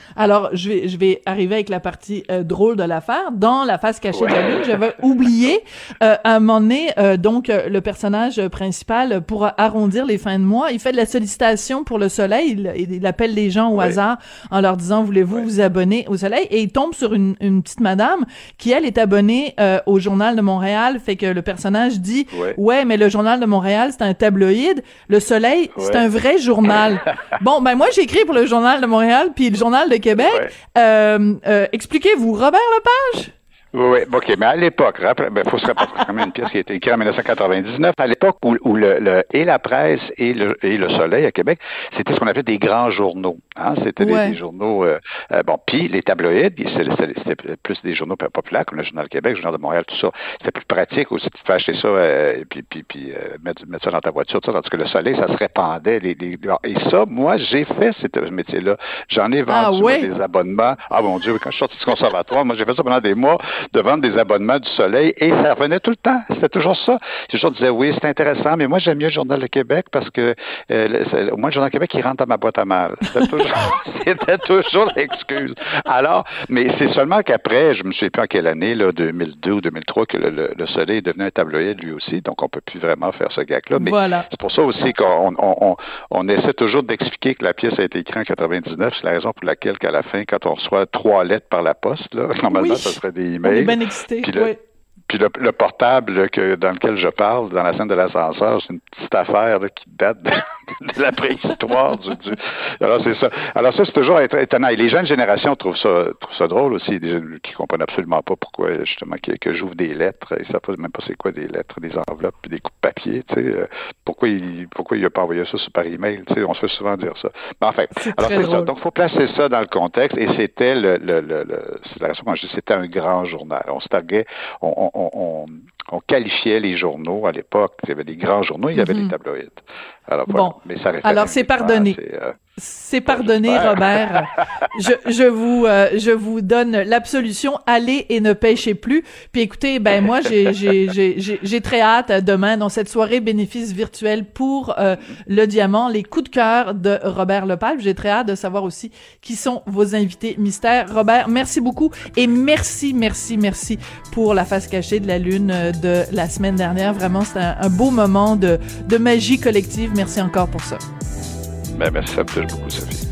Alors, je vais, je vais arriver avec la partie euh, drôle de l'affaire. Dans La face cachée ouais. de la lune, j'avais oublié, euh, à un moment donné, euh, donc, euh, le personnage principal, pour arrondir les fins de mois, il fait de la sollicitation pour le soleil. Il, il appelle les gens au ouais. hasard en leur disant, voulez-vous ouais. vous abonner au soleil? Et il tombe sur une, une petite madame qui, elle, est abonnée euh, au Journal de Montréal. Fait que le personnage dit, ouais, ouais mais le Journal de Montréal, c'est un tabloïd. Le soleil, ouais. c'est un vrai journal. Bon, ben moi, j'ai écrit pour le Journal de Montréal puis le Journal de Québec. Ouais. Euh, euh, expliquez-vous, Robert Lepage? Oui, oui, OK, mais à l'époque, il ben, faut se rappeler quand même une pièce qui a été écrite en dix-neuf cent quatre-vingt-dix-neuf, à l'époque où, où le, le, et la presse et le, et le Soleil à Québec, c'était ce qu'on appelait des grands journaux. Hein? C'était ouais. des, des journaux, euh, euh, bon, puis les tabloïds, c'était plus des journaux populaires comme le Journal de Québec, le Journal de Montréal, tout ça. C'était plus pratique aussi, tu te fais acheter ça euh, et puis, puis, puis euh, mettre, mettre ça dans ta voiture, tout ça, tandis que le Soleil, ça se répandait. Les, les, et ça, moi, j'ai fait ce métier-là. J'en ai vendu ah, ouais. des abonnements. Ah mon Dieu, quand je suis sorti du conservatoire, moi, j'ai fait ça pendant des mois, de vendre des abonnements du Soleil, et ça revenait tout le temps. C'était toujours ça. Les gens disaient, oui, c'est intéressant, mais moi, j'aime mieux le Journal de Québec parce que, euh, au moins, le Journal de Québec, il rentre dans ma boîte à mal. C'était toujours, c'était toujours l'excuse. Alors, mais c'est seulement qu'après, je me souviens plus en quelle année, là, deux mille deux ou deux mille trois, que le, le, le Soleil est devenu un tabloïd lui aussi, donc on peut plus vraiment faire ce gag-là. Mais voilà. C'est pour ça aussi qu'on on, on, on essaie toujours d'expliquer que la pièce a été écrite en quatre-vingt-dix-neuf. C'est la raison pour laquelle, qu'à la fin, quand on reçoit trois lettres par la poste, là, normalement, oui. ça serait des emails. Puis le, oui. puis le, le portable que, dans lequel je parle, dans la scène de l'ascenseur, c'est une petite affaire là, qui date de, de la préhistoire. du, du... Alors, c'est ça. Alors, ça, c'est toujours étonnant. Et les jeunes générations trouvent ça, trouvent ça drôle aussi, des jeunes qui comprennent absolument pas pourquoi, justement, que, que j'ouvre des lettres. Ils savent pas, même pas c'est quoi des lettres, des enveloppes, puis des coups de papier, tu sais. Pourquoi il, pourquoi il a pas envoyé ça par email, tu sais. On se fait souvent dire ça. Mais enfin, alors, c'est ça. Donc, il faut placer ça dans le contexte. Et c'était le, le, le, le c'est la raison quand je dis c'était un grand journal. On se targuait, on, on, on, on, on qualifiait les journaux à l'époque. Il y avait des grands journaux, il y avait mm-hmm. des tabloïds. Alors, voilà. Bon. Mais ça Alors, c'est pardonné. C'est, euh, c'est pardonné, Robert. je, je vous, euh, je vous donne l'absolution. Allez et ne pêchez plus. Puis écoutez, ben moi, j'ai, j'ai, j'ai, j'ai, j'ai très hâte demain dans cette soirée bénéfice virtuelle pour euh, le diamant, les coups de cœur de Robert Lepage. J'ai très hâte de savoir aussi qui sont vos invités mystères. Robert, merci beaucoup et merci, merci, merci pour la face cachée de la lune de la semaine dernière. Vraiment, c'était un, un beau moment de, de magie collective. Merci encore pour ça. Ben, merci, ça me touche beaucoup, Sophie.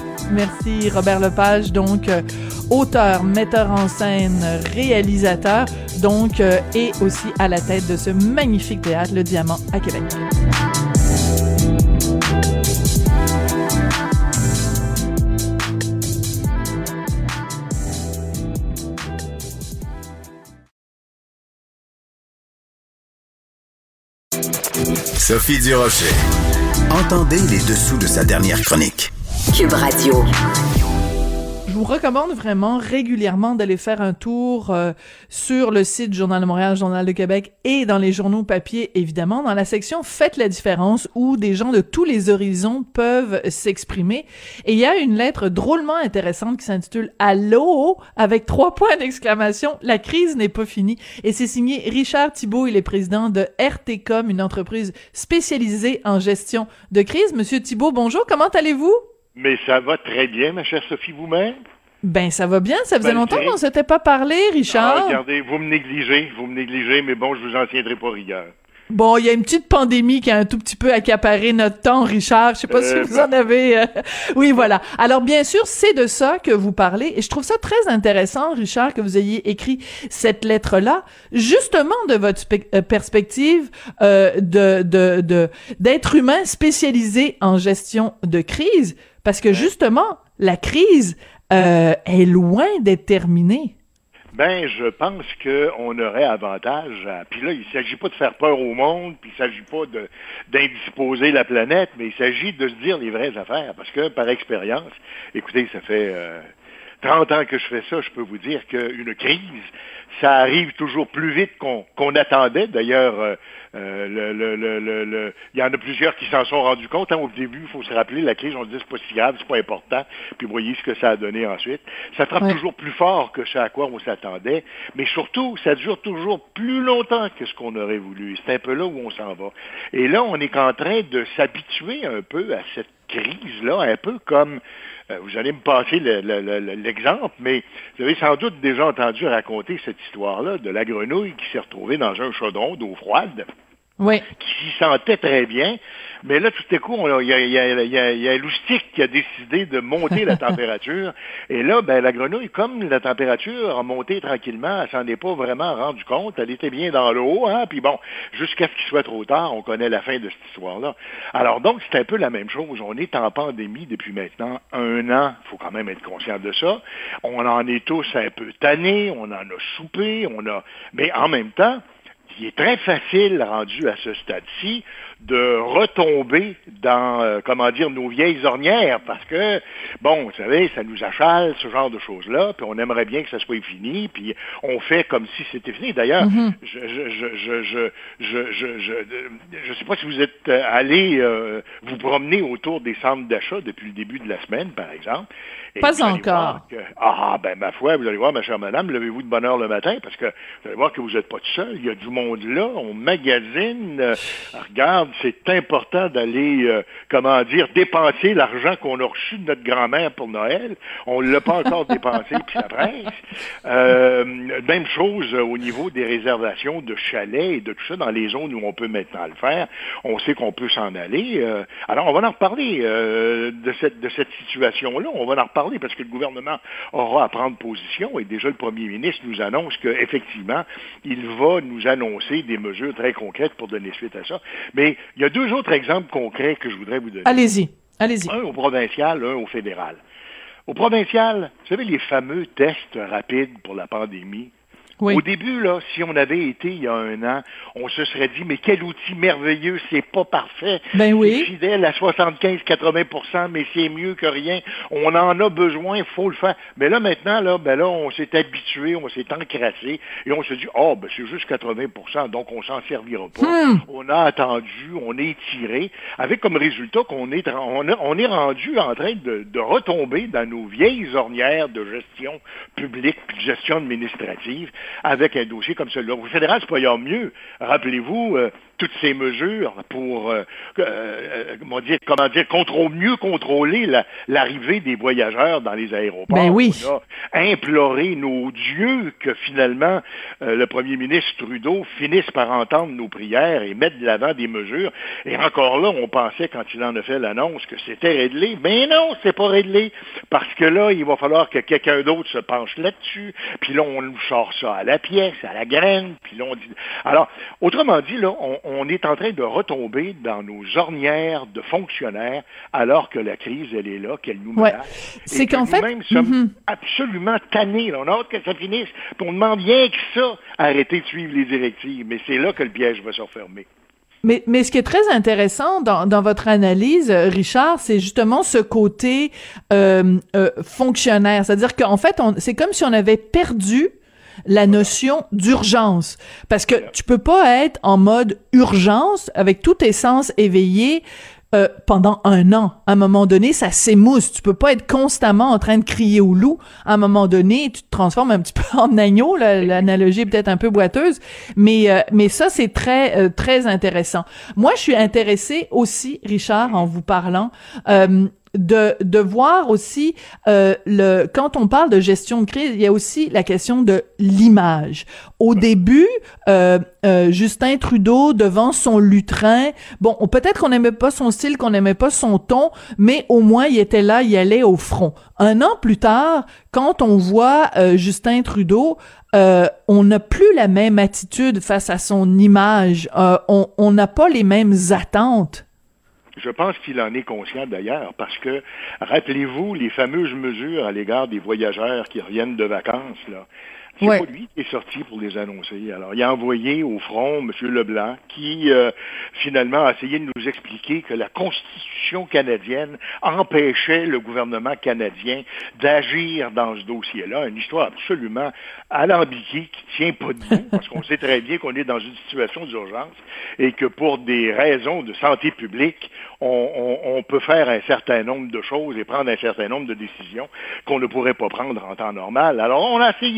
Merci, Robert Lepage, donc euh, auteur, metteur en scène, réalisateur, donc, euh, et aussi à la tête de ce magnifique théâtre, Le Diamant, à Québec. Sophie Durocher. Entendez les dessous de sa dernière chronique. Cube Radio. Je vous recommande vraiment régulièrement d'aller faire un tour euh, sur le site Journal de Montréal, Journal de Québec et dans les journaux papier, évidemment, dans la section « Faites la différence » où des gens de tous les horizons peuvent s'exprimer. Et il y a une lettre drôlement intéressante qui s'intitule « Allô ?» avec trois points d'exclamation. La crise n'est pas finie. Et c'est signé Richard Thibault. Il est président de R T Com, une entreprise spécialisée en gestion de crise. Monsieur Thibault, bonjour. Comment allez-vous? Mais ça va très bien, ma chère Sophie, vous-même? Ben, ça va bien. Ça faisait ben, longtemps qu'on ne s'était pas parlé, Richard. Ah, regardez, vous me négligez, vous me négligez, mais bon, je vous en tiendrai pas rigueur. Bon, il y a une petite pandémie qui a un tout petit peu accaparé notre temps, Richard. Je sais pas euh, si vous ben... en avez... Euh... Oui, voilà. Alors, bien sûr, c'est de ça que vous parlez. Et je trouve ça très intéressant, Richard, que vous ayez écrit cette lettre-là, justement de votre spe- perspective euh, de, de, de, d'être humain spécialisé en gestion de crise. Parce que, justement, la crise euh, est loin d'être terminée. Ben, je pense qu'on aurait avantage à... Puis là, il ne s'agit pas de faire peur au monde, puis il ne s'agit pas de d'indisposer la planète, mais il s'agit de se dire les vraies affaires. Parce que, par expérience, écoutez, ça fait euh, trente ans que je fais ça, je peux vous dire qu'une crise, ça arrive toujours plus vite qu'on, qu'on attendait. D'ailleurs, euh, euh, le, le, le, le, le, il y en a plusieurs qui s'en sont rendus compte. Hein, au début, il faut se rappeler, la crise, on se dit c'est pas si grave, c'est pas important. Puis vous voyez ce que ça a donné ensuite. Ça frappe ouais. toujours plus fort que ce à quoi on s'attendait. Mais surtout, ça dure toujours plus longtemps que ce qu'on aurait voulu. C'est un peu là où on s'en va. Et là, on est en train de s'habituer un peu à cette crise-là, un peu comme, euh, vous allez me passer le, le, le, l'exemple, mais vous avez sans doute déjà entendu raconter cette histoire-là de la grenouille qui s'est retrouvée dans un chaudron d'eau froide. Oui. Qui s'y sentait très bien. Mais là, tout à coup, il y a, y, a, y, a, y a Loustic qui a décidé de monter la température. Et là, ben, la grenouille, comme la température a monté tranquillement, elle s'en est pas vraiment rendue compte. Elle était bien dans l'eau, hein. Puis bon, jusqu'à ce qu'il soit trop tard, on connaît la fin de cette histoire-là. Alors donc, c'est un peu la même chose. On est en pandémie depuis maintenant un an. Il faut quand même être conscient de ça. On en est tous un peu tannés. On en a soupé. On a, mais en même temps, il est très facile, rendu à ce stade-ci, de retomber dans, euh, comment dire, nos vieilles ornières, parce que, bon, vous savez, ça nous achale, ce genre de choses-là, puis on aimerait bien que ça soit fini, puis on fait comme si c'était fini. D'ailleurs, mm-hmm. je, je, je, je, je, je, je, je, je sais pas si vous êtes allé euh, vous promener autour des centres d'achat depuis le début de la semaine, par exemple. Et pas encore. Que, ah, ben, ma foi, vous allez voir, ma chère madame, levez-vous de bonne heure le matin, parce que vous allez voir que vous n'êtes pas tout seul. Il y a du monde là, on magasine. Euh, regarde, c'est important d'aller, euh, comment dire, dépenser l'argent qu'on a reçu de notre grand-mère pour Noël. On ne l'a pas encore dépensé, puis ça presse. Euh, même chose au niveau des réservations de chalets et de tout ça dans les zones où on peut maintenant le faire. On sait qu'on peut s'en aller. Euh, alors, on va en reparler euh, de cette, de cette situation-là. On va en reparler parce que le gouvernement aura à prendre position et déjà le premier ministre nous annonce qu'effectivement, il va nous annoncer des mesures très concrètes pour donner suite à ça. Mais il y a deux autres exemples concrets que je voudrais vous donner. Allez-y, allez-y. Un au provincial, un au fédéral. Au provincial, vous savez, les fameux tests rapides pour la pandémie. Oui. Au début, là, si on avait été il y a un an, on se serait dit, mais quel outil merveilleux, c'est pas parfait. Ben oui. C'est fidèle à soixante-quinze à quatre-vingts pour cent, mais c'est mieux que rien. On en a besoin, il faut le faire. Mais là, maintenant, là, ben là, on s'est habitué, on s'est encrassé, et on se dit, oh, ben c'est juste quatre-vingts pour cent, donc on s'en servira pas. Hmm. On a attendu, on est tiré, avec comme résultat qu'on est, on, a, on est rendu en train de, de retomber dans nos vieilles ornières de gestion publique puis de gestion administrative, avec un dossier comme celui-là. Au fédéral, c'est pas ailleurs mieux. Rappelez-vous, euh, toutes ces mesures pour, euh, euh, comment dire, comment dire, contrôle, mieux contrôler la, l'arrivée des voyageurs dans les aéroports. Ben oui. On a imploré nos dieux que finalement euh, le premier ministre Trudeau finisse par entendre nos prières et mettre de l'avant des mesures. Et encore là, on pensait, quand il en a fait l'annonce, que c'était réglé. Mais non, c'est pas réglé. Parce que là, il va falloir que quelqu'un d'autre se penche là-dessus. Puis là, on nous sort ça à la pièce, à la graine. Puis là, on dit... Alors, autrement dit, là, on, on est en train de retomber dans nos ornières de fonctionnaires alors que la crise, elle est là, qu'elle nous menace. Ouais. C'est qu'en fait... nous-mêmes sommes mm-hmm. absolument tannés. Là. On a hâte que ça finisse. Puis on demande rien que ça, arrêter de suivre les directives. Mais c'est là que le piège va se refermer. Mais, mais ce qui est très intéressant dans, dans votre analyse, Richard, c'est justement ce côté euh, euh, fonctionnaire. C'est-à-dire qu'en fait, on, c'est comme si on avait perdu la notion d'urgence. Parce que tu peux pas être en mode urgence avec tous tes sens éveillés euh, pendant un an. À un moment donné, ça s'émousse. Tu peux pas être constamment en train de crier au loup. À un moment donné, tu te transformes un petit peu en agneau. Là, l'analogie est peut-être un peu boiteuse, mais euh, mais ça, c'est très euh, très intéressant. Moi, je suis intéressée aussi, Richard, en vous parlant, euh, de de voir aussi euh, le quand on parle de gestion de crise, il y a aussi la question de l'image. Au début, euh, euh, Justin Trudeau devant son lutrin, bon, peut-être qu'on n'aimait pas son style, qu'on n'aimait pas son ton, mais au moins il était là, il allait au front. Un an plus tard, quand on voit euh, Justin Trudeau, euh, on n'a plus la même attitude face à son image. Euh, on on n'a pas les mêmes attentes. Je pense qu'il en est conscient d'ailleurs, parce que, rappelez-vous, les fameuses mesures à l'égard des voyageurs qui reviennent de vacances, là. C'est ouais. pas lui qui est sorti pour les annoncer. Alors, il a envoyé au front M. Leblanc, qui, euh, finalement, a essayé de nous expliquer que la Constitution canadienne empêchait le gouvernement canadien d'agir dans ce dossier-là. Une histoire absolument alambiquée qui tient pas debout, parce qu'on sait très bien qu'on est dans une situation d'urgence et que pour des raisons de santé publique, on, on, on peut faire un certain nombre de choses et prendre un certain nombre de décisions qu'on ne pourrait pas prendre en temps normal. Alors, on a essayé d'enterrer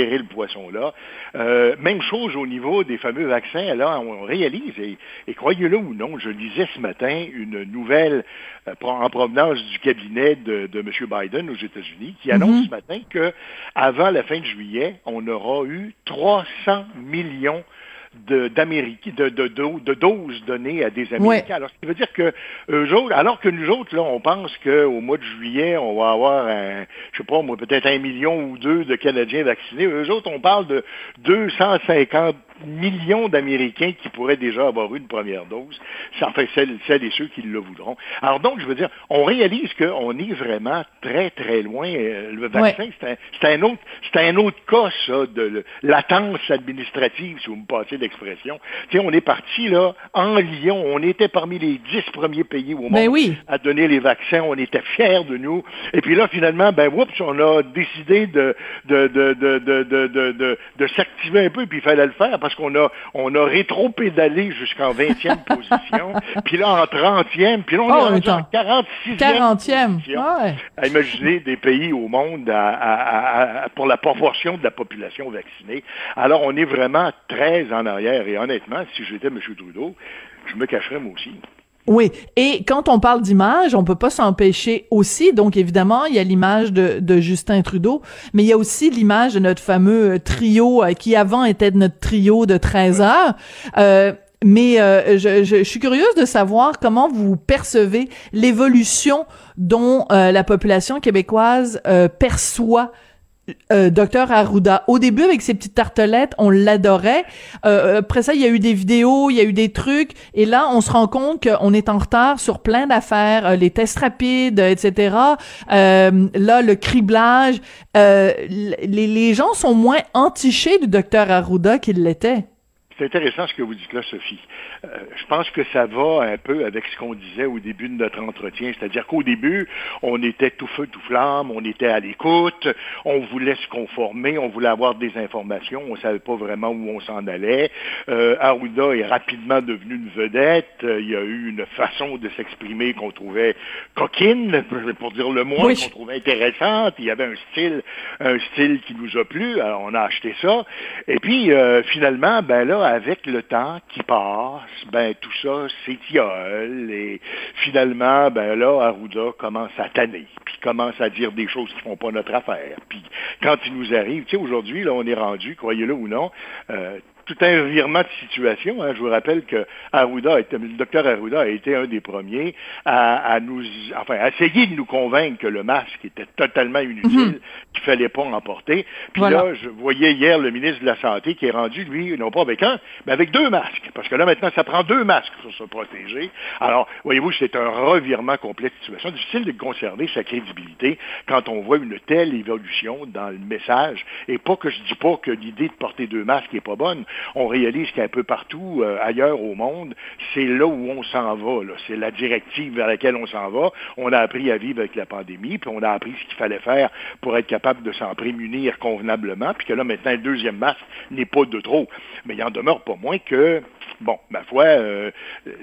libérer le poisson-là. Euh, même chose au niveau des fameux vaccins. Là, on réalise, et, et croyez-le ou non, je lisais ce matin une nouvelle euh, en provenance du cabinet de, de M. Biden aux États-Unis qui annonce mm-hmm. ce matin que avant la fin de juillet, on aura eu trois cents millions de, d'Américains, de, de, de, de doses données à des Américains. Ouais. Alors, ce qui veut dire que eux autres, alors que nous autres, là, on pense qu'au mois de juillet, on va avoir un, je sais pas, moi, peut-être un million ou deux de Canadiens vaccinés. Eux autres, on parle de deux cent cinquante millions d'Américains qui pourraient déjà avoir eu une première dose, enfin celles, celles et ceux qui le voudront. Alors donc, je veux dire, on réalise qu'on est vraiment très, très loin. Le vaccin, ouais. c'est, un, c'est, un autre, c'est un autre cas, ça, de latence administrative, si vous me passez l'expression. Tu sais, on est parti, là, en Lyon, on était parmi les dix premiers pays au monde ben oui. à donner les vaccins, on était fiers de nous, et puis là, finalement, ben, oups, on a décidé de, de, de, de, de, de, de, de, de s'activer un peu, puis il fallait le faire, parce qu'on a, on a rétro-pédalé jusqu'en vingtième position, puis là, en trentième, puis là, on oh, est rendu en quarante-sixième quarantième position. Ouais. À imaginer des pays au monde à, à, à, pour la proportion de la population vaccinée. Alors, on est vraiment très en arrière, et honnêtement, si j'étais M. Trudeau, je me cacherais moi aussi. Oui, et quand on parle d'image, on peut pas s'empêcher aussi, donc évidemment, il y a l'image de, de Justin Trudeau, mais il y a aussi l'image de notre fameux trio, euh, qui avant était notre trio de treize heures. Euh, mais euh, je, je, je suis curieuse de savoir comment vous percevez l'évolution dont euh, la population québécoise euh, perçoit Euh, Docteur Arruda. Au début, avec ses petites tartelettes, on l'adorait. Euh, après ça, il y a eu des vidéos, il y a eu des trucs, et là, on se rend compte qu'on est en retard sur plein d'affaires, euh, les tests rapides, et cetera. Euh, là, le criblage. Euh, les, les gens sont moins entichés du Docteur Arruda qu'ils l'étaient. C'est intéressant ce que vous dites là, Sophie. Euh, je pense que ça va un peu avec ce qu'on disait au début de notre entretien, c'est-à-dire qu'au début, on était tout feu, tout flamme, on était à l'écoute, on voulait se conformer, on voulait avoir des informations, on savait pas vraiment où on s'en allait. Euh, Arruda est rapidement devenu une vedette, euh, il y a eu une façon de s'exprimer qu'on trouvait coquine, pour dire le moins, oui. qu'on trouvait intéressante, il y avait un style, un style qui nous a plu, alors on a acheté ça, et puis euh, finalement, ben là, avec le temps qui passe, ben tout ça s'étiole et finalement, ben là, Arruda commence à tanner, puis commence à dire des choses qui font pas notre affaire. Puis quand il nous arrive, tu sais, aujourd'hui, là, on est rendu, croyez-le ou non, euh, tout un virement de situation. Hein. Je vous rappelle que Arruda, le docteur Arruda a été un des premiers à, à nous, enfin, à essayer de nous convaincre que le masque était totalement inutile, mm-hmm. qu'il fallait pas en porter. Puis voilà. Là, je voyais hier le ministre de la Santé qui est rendu, lui, non pas avec un, mais avec deux masques. Parce que là, maintenant, ça prend deux masques pour se protéger. Alors, voyez-vous, c'est un revirement complet de situation. Difficile de conserver sa crédibilité quand on voit une telle évolution dans le message. Et pas que je dis pas que l'idée de porter deux masques est pas bonne. On réalise qu'un peu partout euh, ailleurs au monde, c'est là où on s'en va. Là. C'est la directive vers laquelle on s'en va. On a appris à vivre avec la pandémie, puis on a appris ce qu'il fallait faire pour être capable de s'en prémunir convenablement, puis que là, maintenant, le deuxième masque n'est pas de trop. Mais il en demeure pas moins que, bon, ma foi, euh, euh,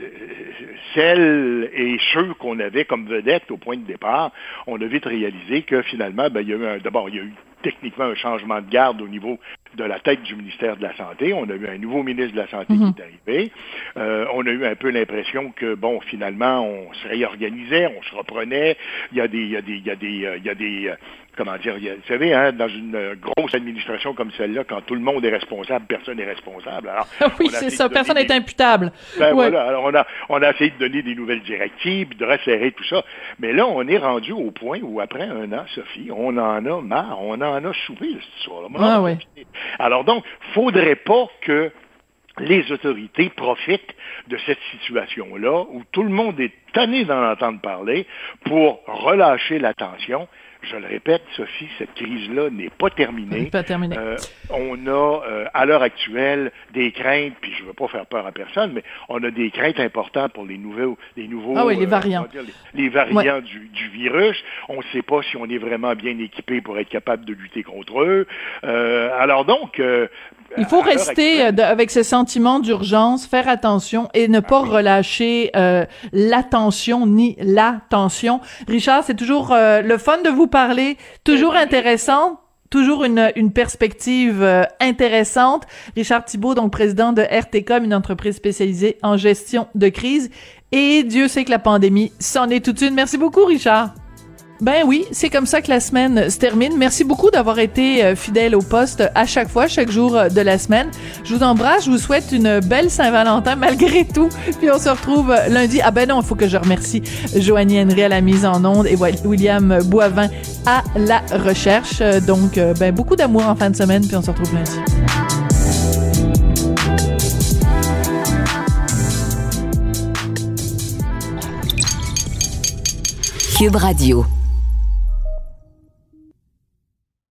celles et ceux qu'on avait comme vedettes au point de départ, on a vite réalisé que finalement, ben, il y a eu un, d'abord, il y a eu techniquement un changement de garde au niveau de la tête du ministère de la Santé. On a eu un nouveau ministre de la Santé mm-hmm. qui est arrivé. Euh, on a eu un peu l'impression que, bon, finalement, on se réorganisait, on se reprenait. Il y a des, il y a des, il y a des, il y a des, comment dire, il y a, vous savez, hein, dans une grosse administration comme celle-là, quand tout le monde est responsable, personne n'est responsable. Alors, oui, c'est ça, personne n'est des... imputable. Ben ouais. voilà, alors on a, on a essayé de donner des nouvelles directives, de resserrer tout ça. Mais là, on est rendu au point où, après un an, Sophie, on en a marre, on en a soupé de cette histoire-là. Ah, oui. Alors donc, faudrait pas que les autorités profitent de cette situation-là où tout le monde est tanné d'en entendre parler pour relâcher la tension. Je le répète, Sophie, cette crise-là n'est pas terminée. Pas terminée. Euh, on a, euh, à l'heure actuelle, des craintes, puis je ne veux pas faire peur à personne, mais on a des craintes importantes pour les nouveaux, les nouveaux, ah oui, les variants, euh, dire, les, les variants ouais. du, du virus. On ne sait pas si on est vraiment bien équipé pour être capable de lutter contre eux. Euh, alors donc, euh, il faut rester actuelle, avec ce sentiment d'urgence, faire attention et ne pas ah oui. relâcher euh, l'attention ni la tension. Richard, c'est toujours euh, le fun de vous parler, toujours intéressant. Toujours une, une perspective euh, intéressante. Richard Thibault, donc président de R T Com, une entreprise spécialisée en gestion de crise. Et Dieu sait que la pandémie, c'en est toute une. Merci beaucoup, Richard. Ben oui, c'est comme ça que la semaine se termine. Merci beaucoup d'avoir été euh, fidèle au poste à chaque fois, chaque jour euh, de la semaine. Je vous embrasse, je vous souhaite une belle Saint-Valentin malgré tout. Puis on se retrouve euh, lundi. Ah ben non, il faut que je remercie Joanie Henry à la mise en onde et William Boivin à la recherche. Euh, donc, euh, ben beaucoup d'amour en fin de semaine, puis on se retrouve lundi. Cube Radio.